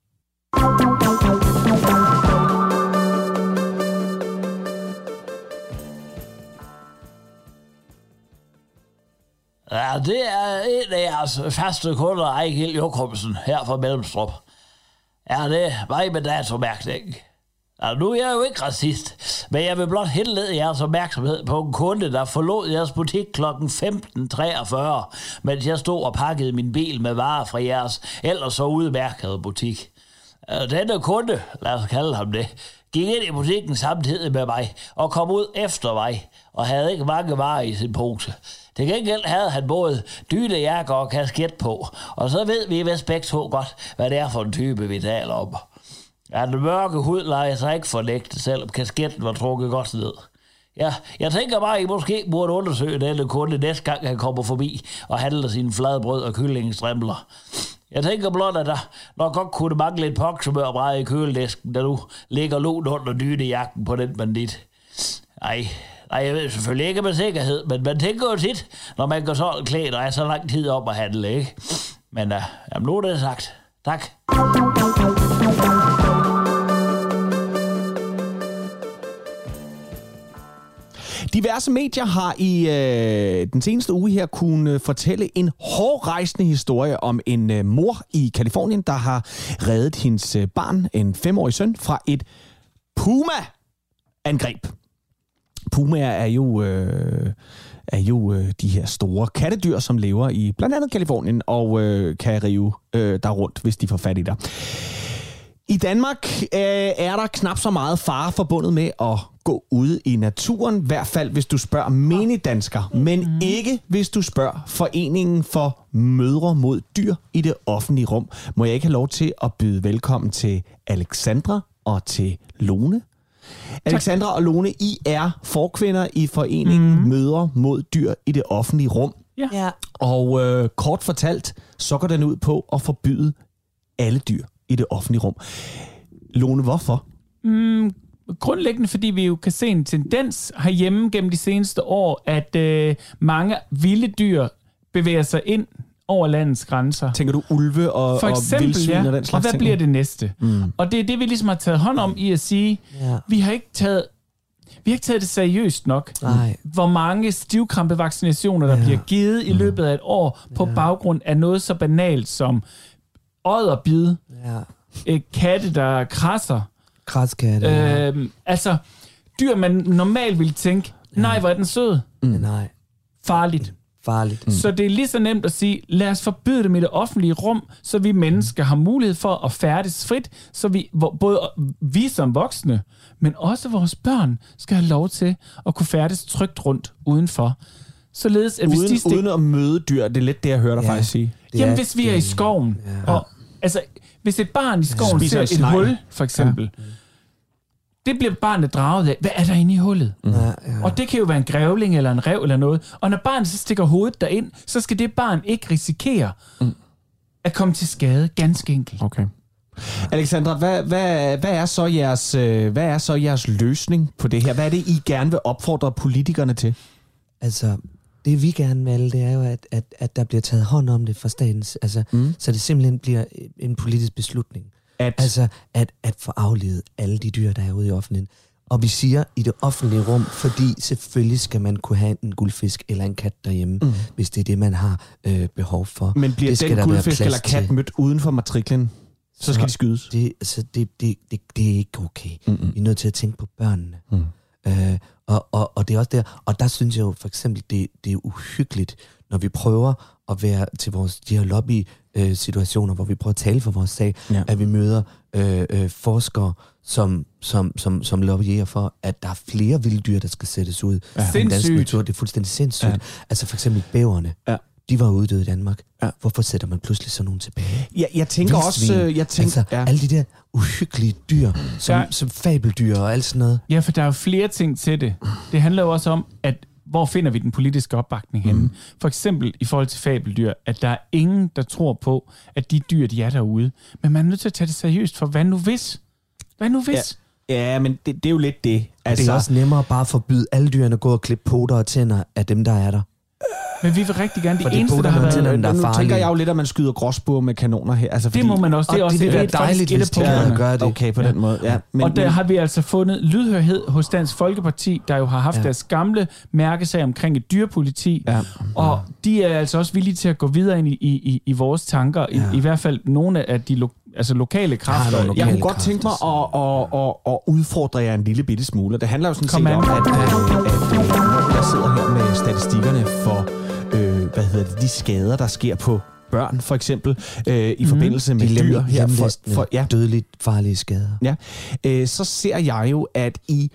Ja, det er en af jeres faste kunder, Ejgil Jokumsen, her fra Mellemstrup. Ja, det er mig med datomærkning. Ja, nu er jeg jo ikke racist, men jeg vil blot henlede jeres opmærksomhed på en kunde, der forlod jeres butik kl. 15.43, mens jeg stod og pakkede min bil med varer fra jeres ellers så udmærkede butik. Denne kunde, lad os kalde ham det, gik ind i butikken samtidig med mig og kom ud efter mig og havde ikke mange varer i sin pose. Til gengæld havde han både dynejakker og kasket på, og så ved vi vist begge to godt, hvad det er for en type, vi taler om. Ja, den mørke hud lader sig ikke fornægte, selvom kasketten var trukket godt ned. Ja, jeg tænker bare, at I måske burde undersøge denne kunde næste gang, han kommer forbi og handler sine fladbrød og kyllingestrimler. Jeg tænker blot, at der nok godt kunne mangle et poksumørbræd i køledisken, der nu ligger lunt under dynejakken på den bandit. Nej, jeg ved selvfølgelig ikke med sikkerhed, men man tænker jo tit, når man går sådan klædt og er så lang tid om at handle, ikke? Men jamen, nu er det sagt. Tak. Diverse medier har i den seneste uge her kunne fortælle en hårdrejsende historie om en mor i Kalifornien, der har reddet hendes barn, en 5-årig søn, fra et puma-angreb. Pumaer er jo de her store kattedyr, som lever i blandt andet Kalifornien og kan rive der rundt, hvis de får fat i dig. I Danmark er der knap så meget fare forbundet med at gå ude i naturen, i hvert fald hvis du spørger menigdanskere, men ikke hvis du spørger Foreningen for Mødre mod Dyr i det offentlige rum. Må jeg ikke have lov til at byde velkommen til Alexandra og til Lone? Alexandra og Lone, I er forkvinder i Foreningen Mødre mod Dyr i det offentlige rum. Ja. Og kort fortalt, så går den ud på at forbyde alle dyr i det offentlige rum. Lone, hvorfor? Grundlæggende, fordi vi jo kan se en tendens herhjemme gennem de seneste år, at mange vilde dyr bevæger sig ind over landets grænser. Tænker du ulve og vildsvin og den slags ting? Og hvad bliver det næste? Og det er det, vi ligesom har taget hånd om i at sige, vi har ikke taget det seriøst nok. Nej. Hvor mange stivkrampevaccinationer, der bliver givet i løbet af et år på baggrund af noget så banalt som odderbid, katte, der krasser. Kraskatte. Altså, dyr, man normalt ville tænke, nej, hvor er den sød. Nej. Farligt. Så det er lige så nemt at sige, lad os forbyde dem i det offentlige rum, så vi mennesker har mulighed for at færdes frit, så vi, både vi som voksne, men også vores børn, skal have lov til at kunne færdes trygt rundt udenfor. Således, at uden at møde dyr, det er lidt det, jeg hører dig faktisk sige. Jamen, hvis vi er i skoven, og altså, hvis et barn i skoven ser et hul, for eksempel, det bliver barnet draget af. Hvad er der inde i hullet? Og det kan jo være en grævling eller en ræv eller noget. Og når barnet så stikker hovedet derind, så skal det barn ikke risikere at komme til skade, ganske enkelt. Okay. Alexandra, hvad er så jeres løsning på det her? Hvad er det, I gerne vil opfordre politikerne til? Altså, det vi gerne vil, det er jo, at der bliver taget hånd om det fra statens, altså, så det simpelthen bliver en politisk beslutning. At få aflevet alle de dyr, der er ude i offentligheden. Og vi siger i det offentlige rum, fordi selvfølgelig skal man kunne have en guldfisk eller en kat derhjemme, hvis det er det, man har behov for. Men bliver den guldfisk eller kat mødt uden for matriklen? så skal de skydes. Det er ikke okay. Vi er nødt til at tænke på børnene. Og det er også der, og der synes jeg jo for eksempel, det er uhyggeligt, når vi prøver at være til de her lobby-situationer, hvor vi prøver at tale for vores sag, at vi møder forskere, som lobbyerer for, at der er flere vilddyr, der skal sættes ud. Den danske natur, det er fuldstændig sindssygt. Altså for eksempel bæverne. De var uddøde i Danmark. Hvorfor sætter man pludselig sådan nogen tilbage? Jeg tænker vildsvin. også... alle de der uhyggelige dyr, som fabeldyr og alt sådan noget. Ja, for der er jo flere ting til det. Det handler jo også om, at hvor finder vi den politiske opbakning henne? For eksempel i forhold til fabeldyr, at der er ingen, der tror på, at de dyr, de er derude. Men man er nødt til at tage det seriøst, for hvad nu hvis? Hvad nu hvis? Ja, men det er jo lidt det. Altså, det er også nemmere bare at forbyde alle dyrene at gå og klippe poter og tænder af dem, der er der. Men vi vil rigtig gerne det eneste, der har været... Nu tænker jeg jo lidt, at man skyder gråsbuer med kanoner her. Altså, det må man også. Det er også det er dejligt, hvis de kan gøre det. Okay, på den måde. Ja. Og der har vi altså fundet lydhørhed hos Dansk Folkeparti, der jo har haft deres gamle mærkesag omkring et dyrepoliti. Ja. Og de er altså også villige til at gå videre ind i vores tanker. I hvert fald nogle af de lokale kræfter. Jeg kunne godt tænke mig at udfordre jer en lille bitte smule. Det handler jo sådan set om, at jeg sidder her med statistikkerne for de skader, der sker på børn, for eksempel, i forbindelse med dyr. Her dødeligt farlige skader. Ja. Så ser jeg jo, at i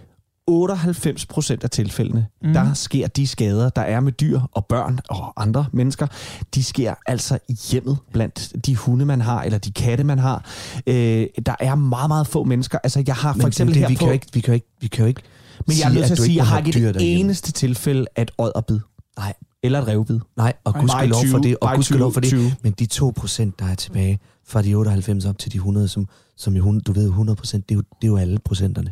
98% af tilfældene, der sker de skader, der er med dyr og børn og andre mennesker, de sker altså i hjemmet blandt de hunde, man har, eller de katte, man har. Der er meget, meget få mennesker. Altså, jeg har for eksempel her på... Vi kan jo ikke men jeg er nødt til at sige, at jeg har ikke et eneste tilfælde af et odderbid. Nej. Eller et revbid. Nej, og gudskelov for det. Og gudskelov for det. Men de 2%, der er tilbage fra de 98 op til de 100, som jo, du ved, 100%, det er jo alle procenterne.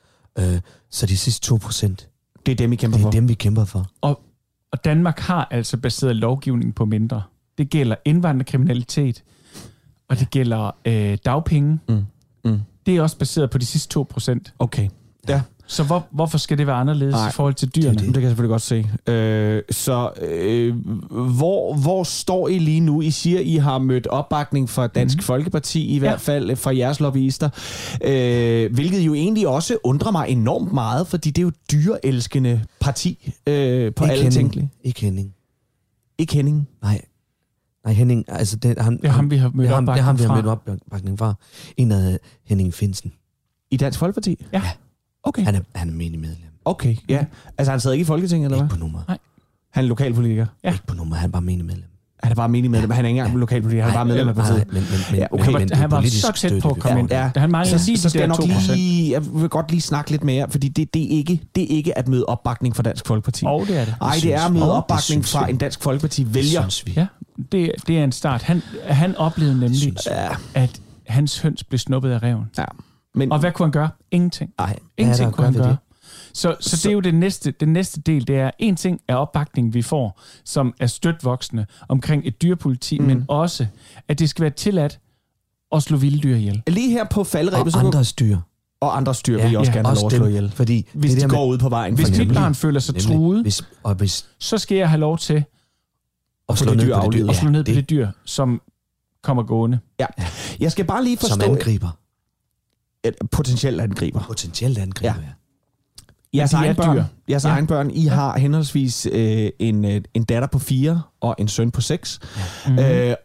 Så de sidste 2%, det er dem, vi kæmper for. Det er dem, vi kæmper for. Og Danmark har altså baseret lovgivning på mindre. Det gælder indvandrerkriminalitet, og det gælder dagpenge. Det er også baseret på de sidste 2%. Okay. Ja. Så hvorfor skal det være anderledes i forhold til dyrene? Det kan jeg selvfølgelig godt se. Hvor står I lige nu? I siger, I har mødt opbakning fra Dansk Folkeparti, i hvert fald fra jeres lobbyister. Hvilket jo egentlig også undrer mig enormt meget, fordi det er jo dyreelskende parti på alle tænkelige. Ikke Henning. Ikke Henning? Nej, Henning, altså det er ham, vi har mødt opbakning fra. En af Henning Finsen. I Dansk Folkeparti? Ja. Okay. Han er menig medlem. Okay, ja. Altså han sidder ikke i Folketinget, eller hvad? Ikke på nummer. Nej. Han er lokalpolitiker? Ja. Ikke på nummer, han er bare menig medlem. Han er bare menig medlem, han er ikke engang lokalpolitiker, han er bare medlem af partiet. Han var så tæt på at komme ind. Ja. Han manglede lige de der 2%. Jeg vil godt lige snakke lidt mere, fordi det er ikke at møde opbakning fra Dansk Folkeparti. Det er det. Nej, det er at møde opbakning fra en Dansk Folkeparti-vælger. Ja, det er en start. Han oplevede nemlig, at hans høns blev snuppet af ræven. Ja. Og hvad kunne han gøre? Ingenting. Ingenting kunne han gøre. Så det er jo den næste del, det er en ting er opbakningen, vi får, som er støt voksende omkring et dyrepoliti, men også, at det skal være tilladt at slå vilde dyr ihjel. Lige her på faldrebet. Og andres dyr. Og andres dyr vil I også gerne have lov at slå ihjel. Fordi hvis de går ud på vejen. Hvis mit barn føler sig truet, så skal jeg have lov til at slå ned på det dyr, som kommer gående. Ja. Jeg skal bare lige forstå... Som angriber. Potentielt angriber. Potentielt angriber, ja. Jeres egen børn, I har henholdsvis en datter på 4 og en søn på 6. Ja.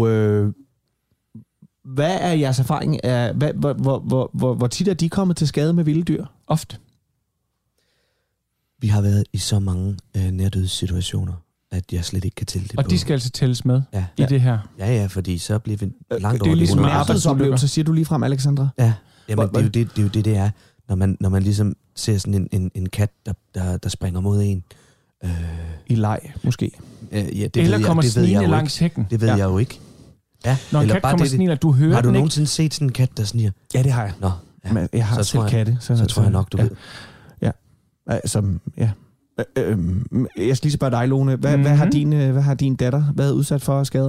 Hvad er jeres erfaring? Hvor tit er de kommet til skade med vilde dyr? Ofte. Vi har været i så mange nærdødssituationer, at jeg slet ikke kan tælle det. Og de skal altså tælles med i det her? Ja, fordi så bliver vi langt over det. Er ligesom en arbejdsoplevelse, siger du lige frem, Alexandra? Ja. Jamen, det er jo det er, når man ligesom ser sådan en kat, der springer mod en. I leg, måske. Eller kommer snigende langs hækken. Det ved jeg jo ikke. Ja. Når en kat kommer snigende, du hører den ikke. Har du nogensinde set sådan en kat, der sniger? Ja, det har jeg. Nå, ja. Men jeg har selv katte. Så tror jeg nok, du ved. Ja. Altså, ja. Jeg skal lige spørge dig, Lone. Hvad har din datter været udsat for skader?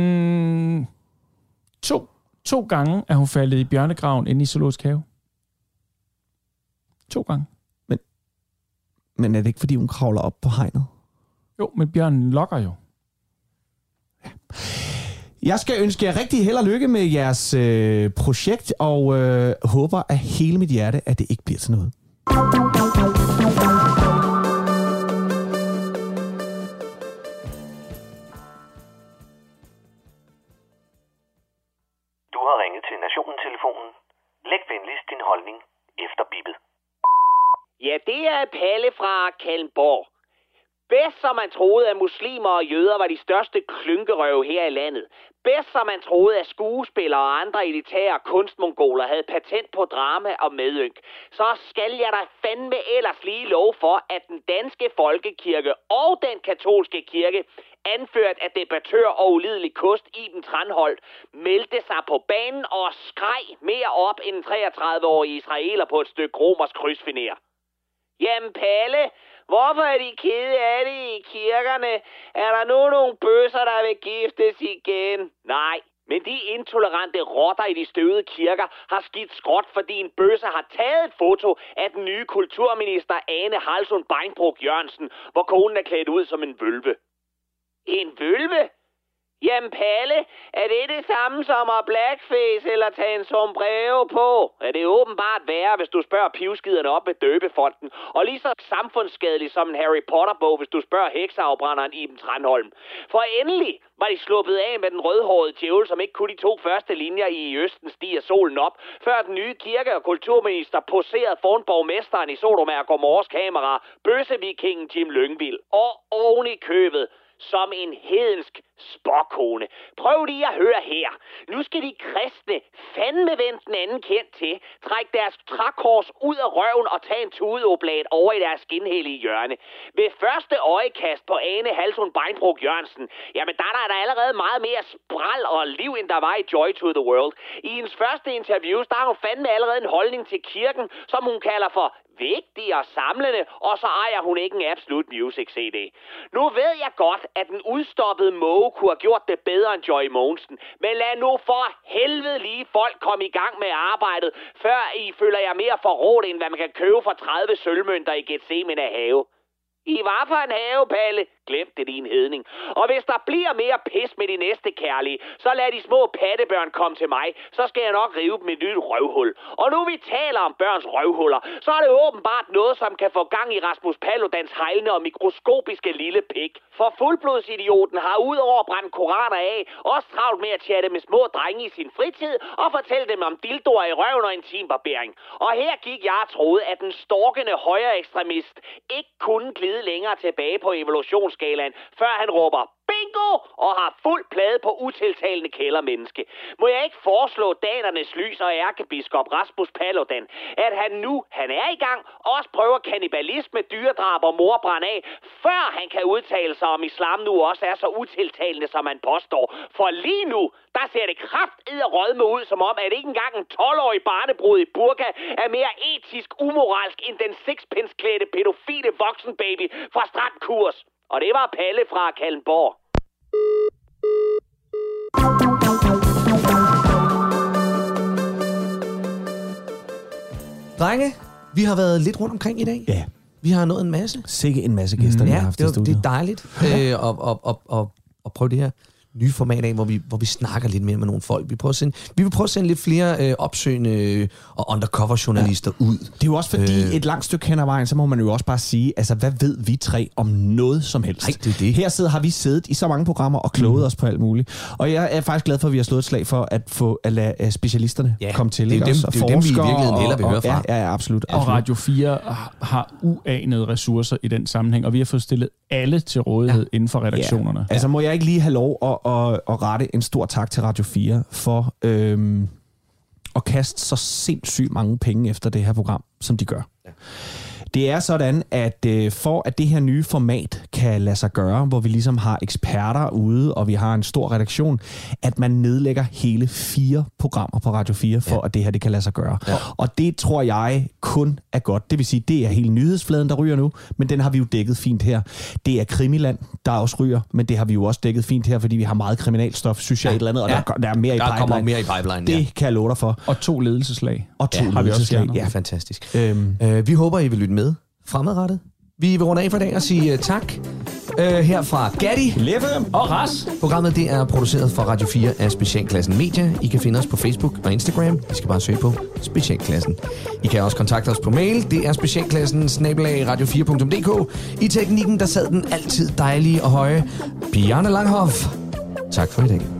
2 gange er hun faldet i bjørnegraven inde i Zoologisk Have. 2 gange. Men er det ikke, fordi hun kravler op på hegnet? Jo, men bjørnen lokker jo. Ja. Jeg skal ønske jer rigtig held og lykke med jeres projekt, og håber af hele mit hjerte, at det ikke bliver til noget. Du har ringet til Nationen-telefonen. Læg venligst din holdning efter bippet. Ja, det er Palle fra Kalmborg. Bedst som man troede, at muslimer og jøder var de største klynkerøve her i landet. Bedst som man troede, at skuespillere og andre elitære kunstmongoler havde patent på drama og medynk. Så skal jeg da fandme ellers lige love for, at den danske folkekirke og den katolske kirke, anført af debattør og ulidelig kost Iben Tranholdt, meldte sig på banen og skreg mere op end en 33-årig israeler på et stykke romersk krydsfiner. Jamen Palle, hvorfor er de kede af det i kirkerne? Er der nu nogle bøsser, der vil giftes igen? Nej, men de intolerante rotter i de støvede kirker har skidt skråt, fordi en bøsse har taget et foto af den nye kulturminister Ane Halsund Beinbruch Jørgensen, hvor konen er klædt ud som en vølve. En vølve? Jamen Palle, er det det samme som at blackface eller tage en sombrero på? Er det åbenbart værre, hvis du spørger pivskiderne op med døbefonden, og lige så samfundsskadelig som en Harry Potter-bog, hvis du spørger hekseafbrænderen Iben Tranholm. For endelig var de sluppet af med den rødhårede djævel, som ikke kunne de 2 første linjer i Østen stiger solen op, før den nye kirke- og kulturminister poserede foran borgmesteren i Sodoma og Gomorras kamera, bøssevikingen Jim Lyngvild, og oven i købet som en hedensk spåkone. Prøv lige at høre her. Nu skal de kristne fandme vende den anden kendt til, trække deres trækors ud af røven og tage en tudeoblat over i deres skinhellige hjørne. Ved første øjekast på Ane Halsund Beinbruch Jørgensen, jamen der er der allerede meget mere spral og liv, end der var i Joy to the World. I hendes første interviews, der har hun fandme allerede en holdning til kirken, som hun kalder for vigtig og samlende, og så ejer hun ikke en Absolute Music CD. Nu ved jeg godt, at den udstoppede måge kunne have gjort det bedre end Joy Mogensen, men lad nu for helvede lige folk komme i gang med arbejdet, før I føler jer mere forrådt, end hvad man kan købe for 30 sølvmønter i Gethsemane have. I var for en have, Palle. Glem det, din hedning. Og hvis der bliver mere pis med de næste kærlige, så lad de små pattebørn komme til mig. Så skal jeg nok rive dem et nyt røvhul. Og nu vi taler om børns røvhuller, så er det åbenbart noget, som kan få gang i Rasmus Paludans hejlende og mikroskopiske lille pik. For fuldblodsidioten har udover brændt koraner af, også travlt med at chatte med små drenge i sin fritid og fortælle dem om dildoer i røven og intimbarbering. Og her gik jeg og troede, at den storkende højre ekstremist ikke kunne glide længere tilbage på evolutionsskalaen, før han råber bingo og har fuld plade på utiltalende kældermenneske. Må jeg ikke foreslå danernes lys og ærkebiskop Rasmus Paludan, at han er i gang, også prøver kannibalisme, dyredrab og mordbrand af, før han kan udtale sig om islam nu også er så utiltalende, som man påstår. For lige nu, der ser det kraftedderrødme ud, som om, at ikke engang en 12-årig barnebrud i burka er mere etisk umoralsk end den sixpence-klædte pædofile voksenbaby fra Strandkurs. Og det var Palle fra Kalmborg. Drenge, vi har været lidt rundt omkring i dag. Ja. Vi har nået en masse. Sikke en masse gæster, vi har haft i studiet. Det er dejligt at prøve det her nye format af, hvor vi snakker lidt mere med nogle folk. Vi vil prøve at sende lidt flere opsøgende og undercover-journalister ud. Det er jo også fordi, et langt stykke hen ad vejen, så må man jo også bare sige, altså hvad ved vi tre om noget som helst? Nej, det er det. Har vi siddet i så mange programmer og kloget os på alt muligt. Og jeg er faktisk glad for, at vi har slået et slag for at lade specialisterne komme til. Det er jo dem, vi i virkeligheden hellere vil høre fra. Ja, absolut. Og Radio 4 har uanede ressourcer i den sammenhæng, og vi har fået stillet alle til rådighed inden for redaktionerne. Ja. Altså må jeg ikke lige have lov at rette en stor tak til Radio 4 for at kaste så sindssygt mange penge efter det her program, som de gør. Ja. Det er sådan, at for at det her nye format kan lade sig gøre, hvor vi ligesom har eksperter ude, og vi har en stor redaktion, at man nedlægger hele 4 programmer på Radio 4, for at det her det kan lade sig gøre. Ja. Og det tror jeg kun er godt. Det vil sige, det er hele nyhedsfladen, der ryger nu, men den har vi jo dækket fint her. Det er Krimiland, der også ryger, men det har vi jo også dækket fint her, fordi vi har meget kriminalstof, synes jeg, et eller andet, og der er mere i pipeline. Der kommer mere i pipeline, Det kan jeg love dig for. Og 2 ledelseslag. Og 2 ledelseslag, ja. Fantastisk. Vi håber, I vil lytte med fremadrettet. Vi vil runde af for i dag og sige tak. her fra Gatti, Leffe og Ras. Programmet det er produceret for Radio 4 af Specialklassen Media. I kan finde os på Facebook og Instagram. I skal bare søge på Specialklassen. I kan også kontakte os på mail. Det er specialklassen@radio4.dk. I teknikken der sad den altid dejlige og høje Bjarne Langhoff. Tak for i dag.